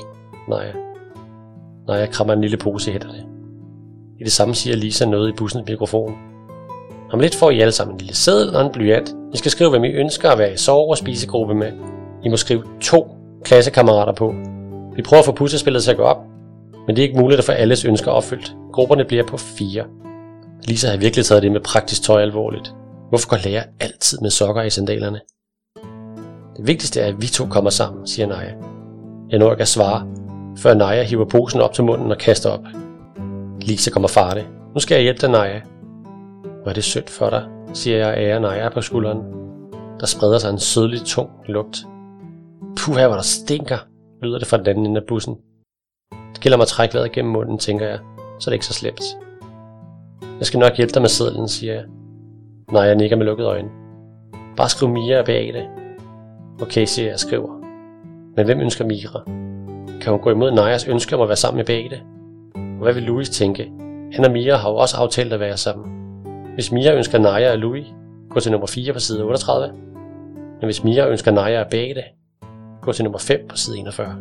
Naja krammer en lille pose i hænderne. I det samme siger Lisa noget i bussens mikrofon. Om lidt får I alle sammen en lille seddel og en blyant. I skal skrive, hvem I ønsker at være i sove- og spisegruppe med. I må skrive 2 klassekammerater på. Vi prøver at få puslespillet til at gå op, men det er ikke muligt at få alles ønsker opfyldt. Grupperne bliver på 4. Lisa har virkelig taget det med praktisk tøj alvorligt. Hvorfor går lærer altid med sokker i sandalerne? Det vigtigste er, at vi 2 kommer sammen, siger Naja. Jeg når ikke at svare, før Naja hiver posen op til munden og kaster op. Lisa kommer farligt. Nu skal jeg hjælpe dig, Naja. Hvor er det sødt for dig, siger jeg og ærer Naja på skulderen. Der spreder sig en sødlig, tung lugt. Puha, hvor der stinker, lyder det fra den anden ende af bussen. Det gælder mig at trække vejret gennem munden, tænker jeg, så det er ikke så slemt. Jeg skal nok hjælpe dig med sedlen, siger jeg. Naja nikker med lukkede øjne. Bare skriv Mira og Beate. Okay, siger jeg og skriver. Men hvem ønsker Mira? Kan hun gå imod Najas ønske om at være sammen med Beate? Og hvad vil Louis tænke? Han og Mira har jo også aftalt at være sammen. Hvis Mira ønsker Naja og Louis, gå til nummer 4 på side 38. Men hvis Mira ønsker Naja og Beate, gå til nummer 5 på side 41.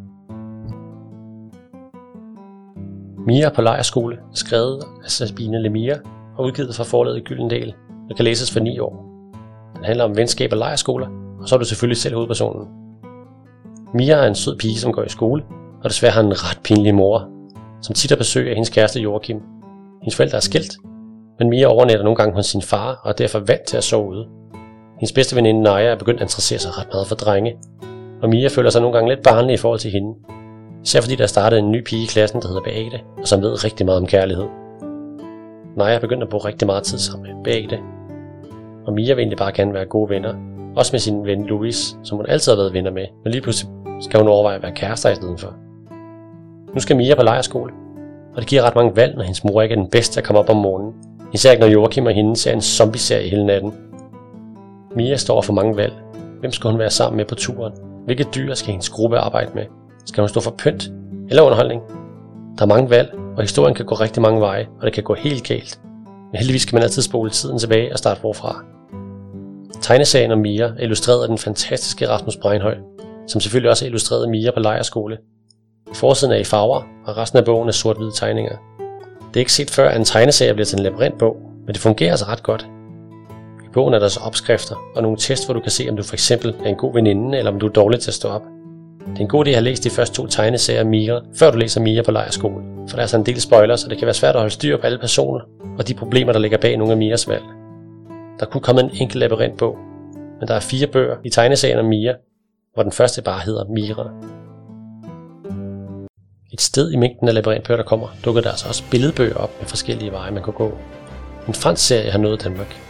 Mira på lejrskole, skrevet af Sabine Lemire og udgivet fra forlaget Gyldendal, og kan læses for 9 år. Den handler om venskab og lejrskoler, og så er du selvfølgelig selv hovedpersonen. Mira er en sød pige, som går i skole, og desværre har en ret pinlig mor, som tit har besøg af hendes kæreste Joachim. Hendes forældre er skilt, men Mira overnatter nogle gange hos sin far, og er derfor vant til at sove ude. Hendes bedste veninde Naja er begyndt at interessere sig ret meget for drenge, og Mira føler sig nogle gange lidt barnlig i forhold til hende. Især fordi der startede en ny pige i klassen, der hedder Beate, og som ved rigtig meget om kærlighed. Naja er begyndt at bruge rigtig meget tid sammen med Beate, og Mira vil egentlig bare gerne være gode venner, også med sin ven Louis, som hun altid har været venner med, men lige pludselig skal hun overveje at være kærester i stedet for. Nu skal Mira på lejrskole, og det giver ret mange valg, når hendes mor ikke er den bedste at komme op om morgenen, især ikke når Joachim og hende ser en zombie-serie hele natten. Mira står for mange valg. Hvem skal hun være sammen med på turen? Hvilke dyr skal hendes gruppe arbejde med? Skal hun stå for pynt eller underholdning? Der er mange valg, og historien kan gå rigtig mange veje, og det kan gå helt galt. Men heldigvis kan man altid spole tiden tilbage og starte forfra. Tegneserien om Mira er illustreret af den fantastiske Rasmus Breinhøj, som selvfølgelig også har illustreret Mira på lejrskole. Forsiden er i farver, og resten af bogen er sort-hvide tegninger. Det er ikke set før, at en tegneserie bliver til en labyrintbog, men det fungerer altså ret godt. I bogen er der så opskrifter og nogle tests, hvor du kan se, om du for eksempel er en god veninde, eller om du er dårlig til at stå op. Det er en god idé at have læst de første 2 tegneserier af Mira, før du læser Mira på lejrskole, for der er altså en del spoilers, så det kan være svært at holde styr på alle personer og de problemer, der ligger bag nogle af Miras valg. Der kunne komme en enkelt labyrintbog, men der er 4 bøger i tegneserien om Mira, hvor den første bare hedder Mira. Et sted i mængden af labyrintbøger, der kommer, dukker der altså også billedbøger op med forskellige veje, man kan gå. En fransk serie har nået Danmark.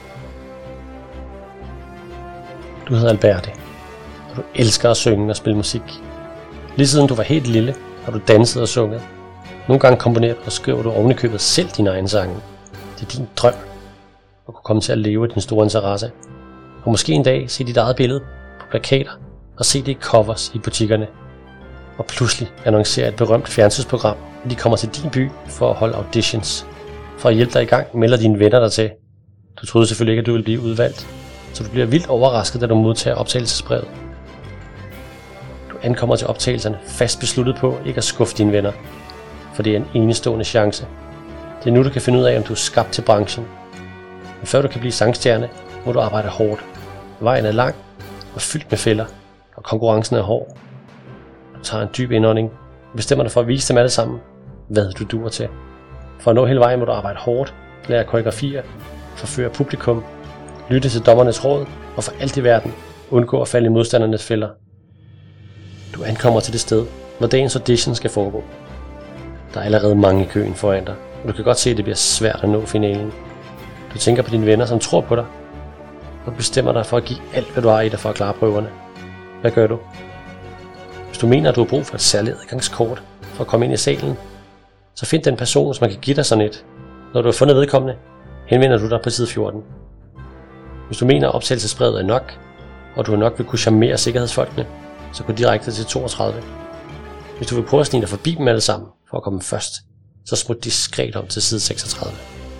Du hedder Alberte, og du elsker at synge og spille musik. Lige siden du var helt lille, har du danset og sunget. Nogle gange komponerer du og skriver du ovenikøbet selv dine egne sange. Det er din drøm at kunne komme til at leve din store interesse. Og måske en dag se dit eget billede på plakater og se det i covers i butikkerne. Og pludselig annoncerer et berømt fjernsynsprogram, at de kommer til din by for at holde auditions. For at hjælpe dig i gang, melder dine venner dig til. Du troede selvfølgelig ikke, at du ville blive udvalgt, så du bliver vildt overrasket, da du modtager optagelsesbrevet. Du ankommer til optagelserne fast besluttet på ikke at skuffe dine venner, for det er en enestående chance. Det er nu, du kan finde ud af, om du er skabt til branchen. Men før du kan blive sangstjerne, må du arbejde hårdt. Vejen er lang og fyldt med fælder, og konkurrencen er hård. Du tager en dyb indånding og bestemmer dig for at vise dem alle sammen, hvad du duer til. For at nå hele vejen må du arbejde hårdt, lære koreografier, forføre publikum, lytte til dommernes råd og for alt i verden undgå at falde i modstandernes fælder. Du ankommer til det sted, hvor dagens audition skal foregå. Der er allerede mange i køen foran dig, og du kan godt se, at det bliver svært at nå finalen. Du tænker på dine venner, som tror på dig, og bestemmer dig for at give alt, hvad du har i dig for at klare prøverne. Hvad gør du? Hvis du mener, at du har brug for et særligt adgangskort for at komme ind i salen, så find den person, som kan give dig sådan et. Når du har fundet vedkommende, henvender du dig på side 14. Hvis du mener, at optagelsesbrevet er nok, og du nok vil kunne charmere sikkerhedsfolkene, så gå direkte til 32. Hvis du vil prøve at snige dig forbi dem alle sammen for at komme først, så smut diskret om til side 36.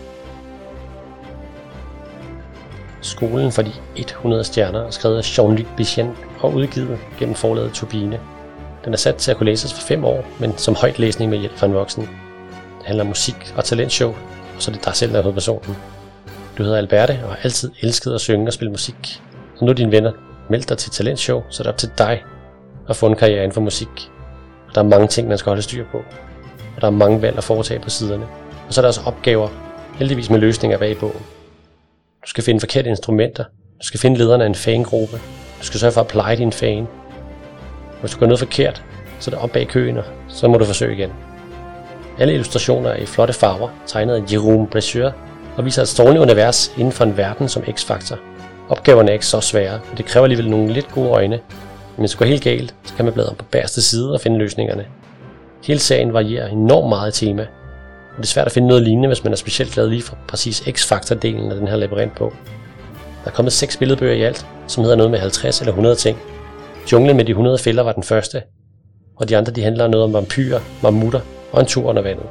Skolen for de 100 stjerner er skrevet af Jean-Luc Bichon og udgivet gennem forlaget Turbine. Den er sat til at kunne læses for 5 år, men som højt læsning med hjælp fra en voksen. Det handler om musik og talentshow, og så er det dig selv, der er hovedpersonen. Du hedder Alberte og har altid elsket at synge og spille musik. Så nu er dine venner meldt dig til talentshow, så er det op til dig at få en karriere inden for musik. og der er mange ting, man skal holde styr på. Og der er mange valg at foretage på siderne. Og så er der også opgaver, heldigvis med løsninger bag i bogen. Du skal finde forkerte instrumenter. Du skal finde lederen af en fangruppe. Du skal sørge for at pleje din fan. Hvis du gør noget forkert, så er det op bag køen, og så må du forsøge igen. Alle illustrationer er i flotte farver, tegnet af Jérôme Bresseur, og viser et strålende univers inden for en verden som X-Factor. Opgaverne er ikke så svære, men det kræver alligevel nogle lidt gode øjne. Men hvis det går helt galt, så kan man bladre på bagerste side og finde løsningerne. Hele serien varierer enormt meget i tema, og det er svært at finde noget lignende, hvis man er specielt glad lige for præcis X-Factor-delen af den her labyrintbog. Der er kommet 6 billedbøger i alt, som hedder noget med 50 eller 100 ting. Junglen med de 100 fælder var den første, og de andre de handler noget om vampyrer, mammutter og en tur under vandet.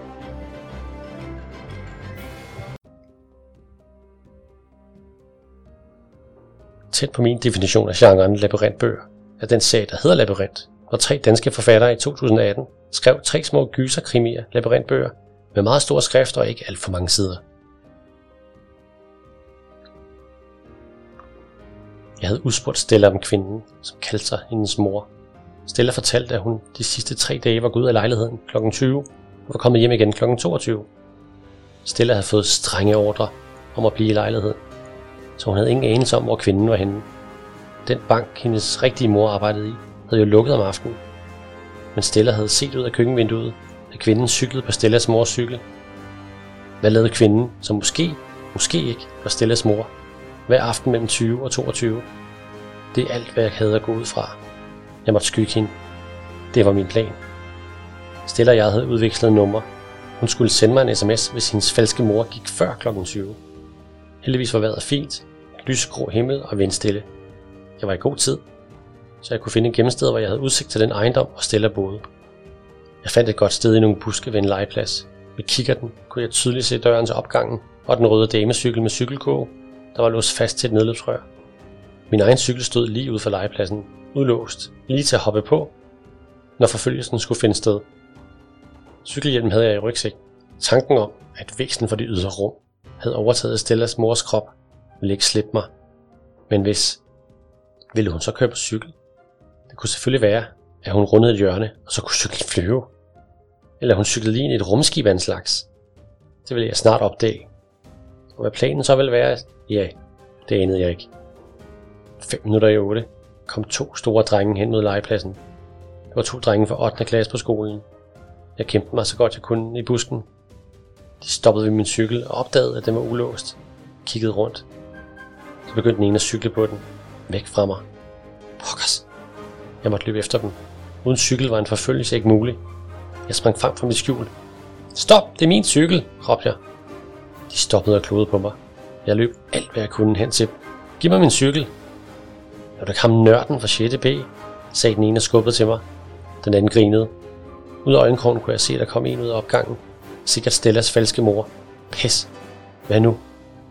Tæt på min definition af genren labyrintbøger er den serie, der hedder Labyrint, hvor 3 danske forfattere i 2018 skrev 3 små gyserkrimier labyrintbøger med meget store skrift og ikke alt for mange sider. Jeg havde udspurgt Stella om kvinden, som kaldte sig hendes mor. Stella fortalte, at hun de sidste 3 dage var gået ud af lejligheden kl. 20 og var kommet hjem igen kl. 22. Stella havde fået strenge ordre om at blive i lejligheden, så hun havde ingen anelse om, hvor kvinden var henne. Den bank, hendes rigtige mor arbejdede i, havde jo lukket om aftenen. Men Stella havde set ud af køkkenvinduet, at kvinden cyklede på Stellas mors cykel. Hvad lavede kvinden, som måske ikke var Stellas mor, hver aften mellem 20 og 22? Det er alt, hvad jeg havde at gå ud fra. Jeg måtte skygge hende. Det var min plan. Stella og jeg havde udvekslet nummer. Hun skulle sende mig en sms, hvis hendes falske mor gik før kl. 20. Heldigvis var vejret fint, lysegrå himmel og vindstille. Jeg var i god tid, så jeg kunne finde et gemmested, hvor jeg havde udsigt til den ejendom og Stella boede. Jeg fandt et godt sted i nogle buske ved en legeplads. Med kikkerten kunne jeg tydeligt se døren til opgangen og den røde damecykel med cykelkurve, der var låst fast til et nedløbsrør. Min egen cykel stod lige ude for legepladsen, udlåst, lige til at hoppe på, når forfølgelsen skulle finde sted. Cykelhjelmen havde jeg i rygsækken. Tanken om, at væksten for det ydre rum havde overtaget Stellas mors krop, ville ikke slippe mig. Men ville hun så køre på cykel? Det kunne selvfølgelig være, at hun rundede et hjørne, og så kunne cyklen flyve. Eller hun cyklede lige ind i et rumskib af en slags. Det ville jeg snart opdage. Og hvad planen så ville være, ja, det anede jeg ikke. 5 minutter i 8 kom 2 store drenge hen mod legepladsen. Det var 2 drenge fra 8. klasse på skolen. Jeg kæmpede mig så godt jeg kunne i busken. De stoppede ved min cykel og opdagede, at den var ulåst. Jeg kiggede rundt. Så begyndte den ene at cykle på den. Væk fra mig. Pokkers. Jeg måtte løbe efter dem. Uden cykel var en forfølgelse ikke mulig. Jeg sprang frem fra mit skjul. Stop, det er min cykel, råbte jeg. De stoppede og klodede på mig. Jeg løb alt, hvad jeg kunne hen til. Giv mig min cykel. Når der kom nørden fra 6. B, sagde den ene og skubbede til mig. Den anden grinede. Ud af øjenkrogen kunne jeg se, at der kom en ud af opgangen. Sikkert Stellas falske mor. Pis. Hvad nu?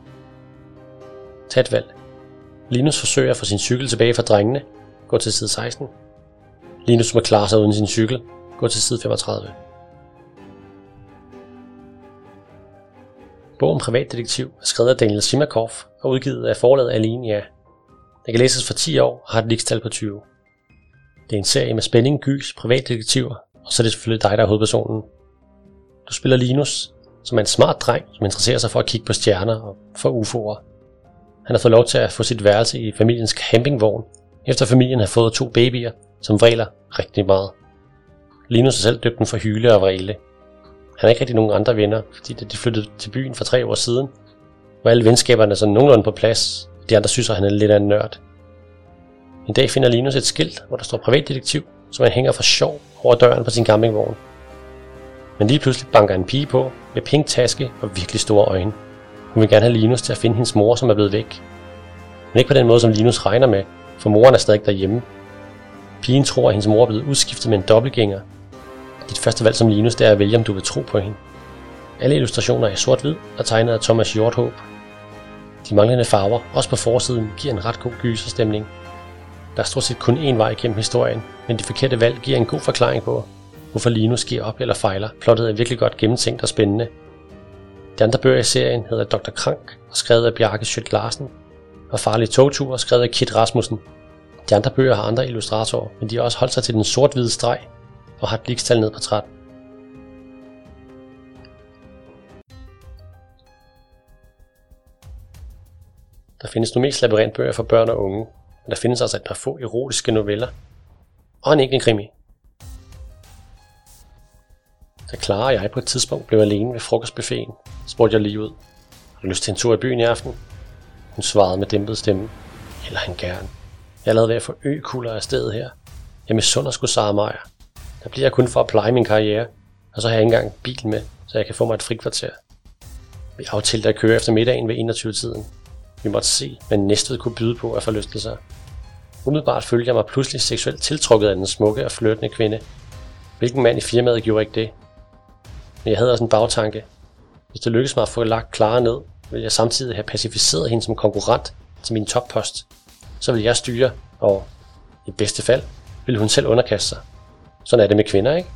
Tag et valg. Linus forsøger at få sin cykel tilbage fra drengene. Gå til side 16. Linus må klare sig uden sin cykel. Gå til side 35. Bogen Privatdetektiv er skrevet af Daniel Simakov og udgivet af forlaget Alenia. Den kan læses for 10 år og har et likstal på 20. Det er en serie med spænding, gys, privatdetektiver, og så er det selvfølgelig dig, der er hovedpersonen. Du spiller Linus, som er en smart dreng, som interesserer sig for at kigge på stjerner og for UFO'er. Han har fået lov til at få sit værelse i familiens campingvogn, efter familien har fået 2 babyer, som vræler rigtig meget. Linus er selv døbt den for Hyle og Vrele. Han har ikke rigtig nogen andre venner, fordi de flyttede til byen for 3 år siden, hvor alle venskaberne er sådan nogenlunde på plads. De andre synes, at han er lidt af en nørd. En dag finder Linus et skilt, hvor der står privatdetektiv, som han hænger for sjov over døren på sin campingvogn. Men lige pludselig banker en pige på med pink taske og virkelig store øjne. Hun vil gerne have Linus til at finde hendes mor, som er blevet væk. Men ikke på den måde, som Linus regner med, for moren er stadig derhjemme. Pigen tror, at hendes mor er blevet udskiftet med en dobbeltgænger. Dit første valg som Linus, det er at vælge, om du vil tro på hende. Alle illustrationer er i sort-hvid og tegnet af Thomas Hjorthåb. De manglende farver, også på forsiden, giver en ret god gyserstemning. Der er stort set kun én vej gennem historien, men de forkerte valg giver en god forklaring på, hvorfor Linus giver op eller fejler. Plottet er virkelig godt gennemtænkt og spændende. De andre bøger i serien hedder Dr. Krank og skrevet af Bjarke Schødt Larsen, og Farlige togture skrevet af Kit Rasmussen. De andre bøger har andre illustratorer, men de har også holdt sig til den sort-hvide streg. og har et ligestal ned på 13. Der findes nu mest labyrintbøger for børn og unge, men der findes altså et par få erotiske noveller og en enkelt krimi. Da Clara og jeg på et tidspunkt blev alene ved frokostbuffeten, spurgte jeg lige ud: "Har du lyst til en tur i byen i aften?" Hun svarede med dæmpet stemme: "Eller han gerne. Jeg er lavet ved at få økulder af stedet her. Jeg misunder sgu Sarah Meyer. Der bliver jeg kun for at pleje min karriere, og så har jeg ikke engang bil med, så jeg kan få mig et frikvarter." Vi aftalte at køre efter middagen ved 21-tiden. Vi måtte se, hvad Næstved kunne byde på af forlystelser. Umiddelbart følte jeg mig pludselig seksuelt tiltrukket af den smukke og flirtende kvinde. Hvilken mand i firmaet gjorde ikke det? Men jeg havde også en bagtanke. Hvis det lykkedes mig at få lagt Clara ned, ville jeg samtidig have pacificeret hende som konkurrent til min toppost. Så ville jeg styre, og i bedste fald ville hun selv underkaste sig. Sådan er det med kvinder, ikke?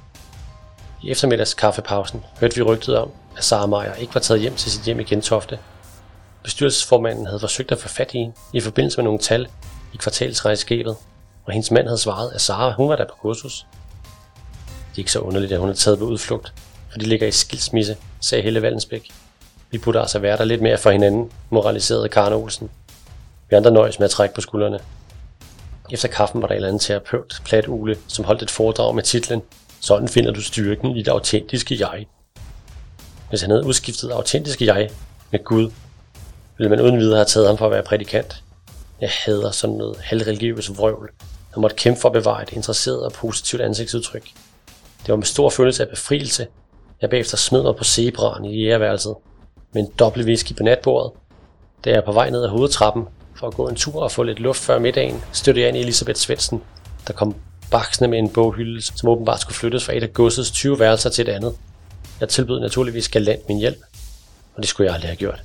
I eftermiddags kaffepausen hørte vi rygtet om, at Sarah Meyer ikke var taget hjem til sit hjem i Gentofte. Bestyrelsesformanden havde forsøgt at få fat i hende i forbindelse med nogle tal i kvartalsregnskabet, og hendes mand havde svaret, at Sarah, hun var der på kursus. Det er ikke så underligt, at hun er taget på udflugt, for de ligger i skilsmisse, sagde Helle Wallensbæk. Vi burde altså være der lidt mere for hinanden, moraliserede Karen Olsen. Vi andre nøjes med at trække på skuldrene. Efter kaffen var der en eller anden terapeut, Plat-Ule, som holdt et foredrag med titlen "Sådan finder du styrken i det autentiske jeg". Hvis han havde udskiftet autentiske jeg med Gud, ville man uden videre have taget ham for at være prædikant. Jeg hader sådan noget halvreligiøs vrøvl. Han måtte kæmpe for at bevare et interesseret og positivt ansigtsudtryk. Det var med stor følelse af befrielse. Jeg bagefter smed mig på zebraen i jægerværelset med en dobbelt whisky på natbordet. Da jeg er på vej ned ad hovedtrappen for at gå en tur og få lidt luft før middagen, stødte jeg ind i Elisabeth Svendsen, der kom baksende med en boghylde, som åbenbart skulle flyttes fra et af godsets 20 værelser til et andet. Jeg tilbød naturligvis galant min hjælp, og det skulle jeg aldrig have gjort.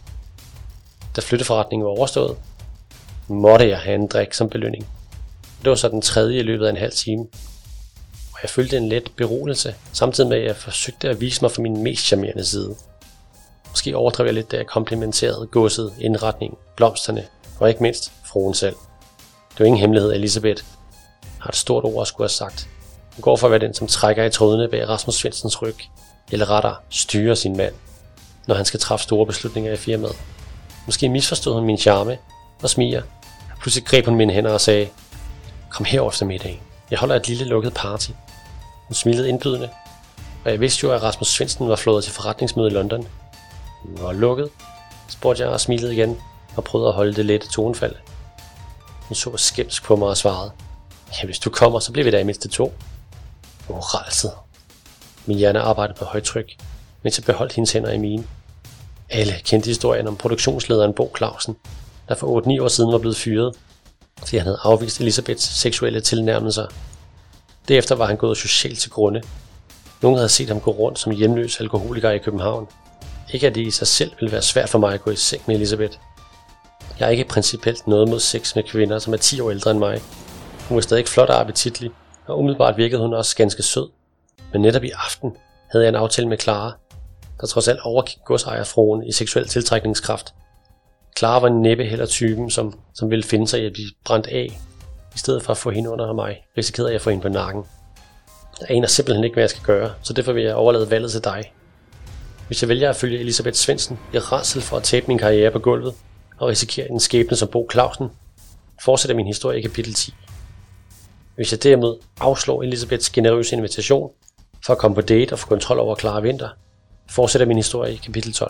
Da flytteforretningen var overstået, måtte jeg have en drik som belønning. Det var så den tredje i løbet af en halv time, og jeg følte en let beroligelse, samtidig med at jeg forsøgte at vise mig fra min mest charmerende side. Måske overdrev jeg lidt, da jeg komplimenterede godset, indretningen, blomsterne og ikke mindst fruen selv. Det var ingen hemmelighed, Elisabeth har et stort ord at skulle have sagt. Hun går for at være den, som trækker i trådene bag Rasmus Svendsens ryg, eller rettere styrer sin mand, når han skal træffe store beslutninger i firmaet. Måske misforstod hun min charme og smiger. Pludselig greb hun mine hænder og sagde: "Kom herover efter middagen. Jeg holder et lille lukket party." Hun smilede indbydende, og jeg vidste jo, at Rasmus Svendsen var flået til forretningsmøde i London. "Var lukket?" spurgte jeg og smilede igen og prøvede at holde det lette tonefald. Hun så skeptisk på mig og svarede: "Ja, hvis du kommer, så bliver vi der i mindst 2. Moralset. Min hjerne arbejdede på højtryk, mens jeg beholdt hendes hænder i mine. Alle kendte historien om produktionslederen Bo Clausen, der for 8-9 år siden var blevet fyret, fordi han havde afvist Elisabeths seksuelle tilnærmelser. Derefter var han gået socialt til grunde. Nogen havde set ham gå rundt som hjemløs alkoholiker i København. Ikke at det i sig selv ville være svært for mig at gå i seng med Elisabeth. Jeg er ikke principielt noget mod sex med kvinder, som er 10 år ældre end mig. Hun var stadig flot og appetitlig, og umiddelbart virkede hun også ganske sød. Men netop i aften havde jeg en aftale med Clara, der trods alt overgik godsejerfruen i seksuel tiltrækningskraft. Clara var næppe heller typen, som ville finde sig i at blive brændt af. I stedet for at få hende under mig, risikerede jeg at få hende på nakken. Jeg aner simpelthen ikke, hvad jeg skal gøre, så derfor vil jeg overlade valget til dig. Hvis jeg vælger at følge Elisabeth Svendsen i rædsel for at tabe min karriere på gulvet og risikere en skæbne som Bo Clausen, fortsætter min historie i kapitel 10. Hvis jeg derimod afslår Elisabeths generøse invitation for at komme på date og få kontrol over Clara Winther, fortsætter min historie i kapitel 12.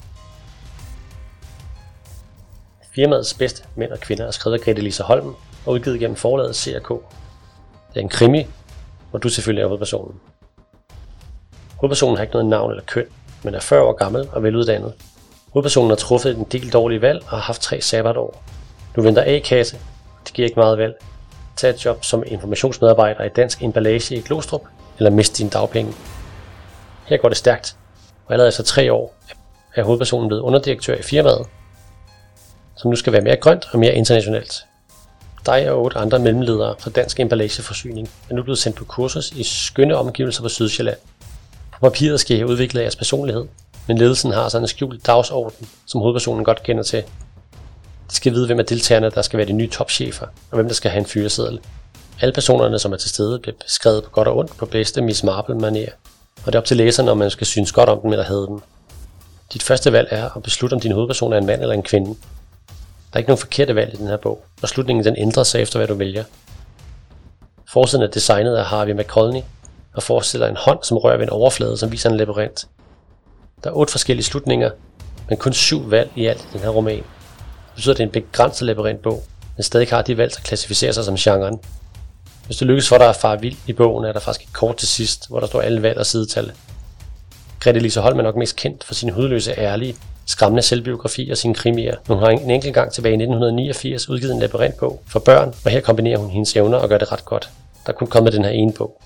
Firmaets bedste mænd og kvinder er skrevet af Grete Lise Holm og udgivet gennem forlaget C&K. Det er en krimi, hvor du selvfølgelig er hovedpersonen. Hovedpersonen har ikke noget navn eller køn, men er 40 år gammel og veluddannet. Hovedpersonen har truffet en del dårlige valg og har haft 3 sabbatår. Du venter A-kasse, det giver ikke meget valg. Tag et job som informationsmedarbejder i Dansk Emballage i Glostrup, eller mist dine dagpenge. Her går det stærkt, og allerede efter 3 år er hovedpersonen blevet underdirektør i firmaet, som nu skal være mere grønt og mere internationalt. Dig og 8 andre mellemledere fra Dansk Emballageforsyning er nu blevet sendt på kursus i skønne omgivelser på Sydsjælland. På papiret skal I udvikle jeres personlighed, men ledelsen har sådan en skjult dagsorden, som hovedpersonen godt kender til. De skal vide, hvem af deltagerne, der skal være de nye topchefer, og hvem der skal have en fyreseddel. Alle personerne, som er til stede, bliver beskrevet på godt og ondt på bedste Miss Marple-manér, og det er op til læserne, om man skal synes godt om dem eller hade dem. Dit første valg er at beslutte, om din hovedperson er en mand eller en kvinde. Der er ikke nogen forkerte valg i den her bog, og slutningen den ændrer sig efter, hvad du vælger. Forsiden er designet af Harvey Macaulay og forestiller en hånd, som rører ved en overflade, som viser en labyrint. Der er 8 forskellige slutninger, men kun 7 valg i alt i den her roman. Det betyder, at det er en begrænset labyrintbog, men stadig har de valg, der klassificerer sig som genren. Hvis det lykkes for dig at fare vild i bogen, er der faktisk et kort til sidst, hvor der står alle valg og sidetal. Grete Lise Holm er nok mest kendt for sine hudløse, ærlige, skræmmende selvbiografi og sine krimier. Hun har en enkelt gang tilbage i 1989 udgivet en labyrintbog for børn, og her kombinerer hun hendes evner og gør det ret godt. Der er kun kommet den her ene bog.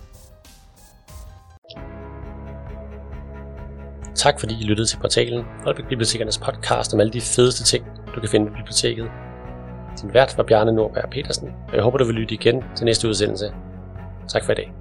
Tak fordi I lyttede til Portalen, Holbæk Bibliotekernes podcast om alle de fedeste ting, du kan finde på biblioteket. Din vært var Bjarne Nordberg Petersen, og jeg håber du vil lytte igen til næste udsendelse. Tak for i dag.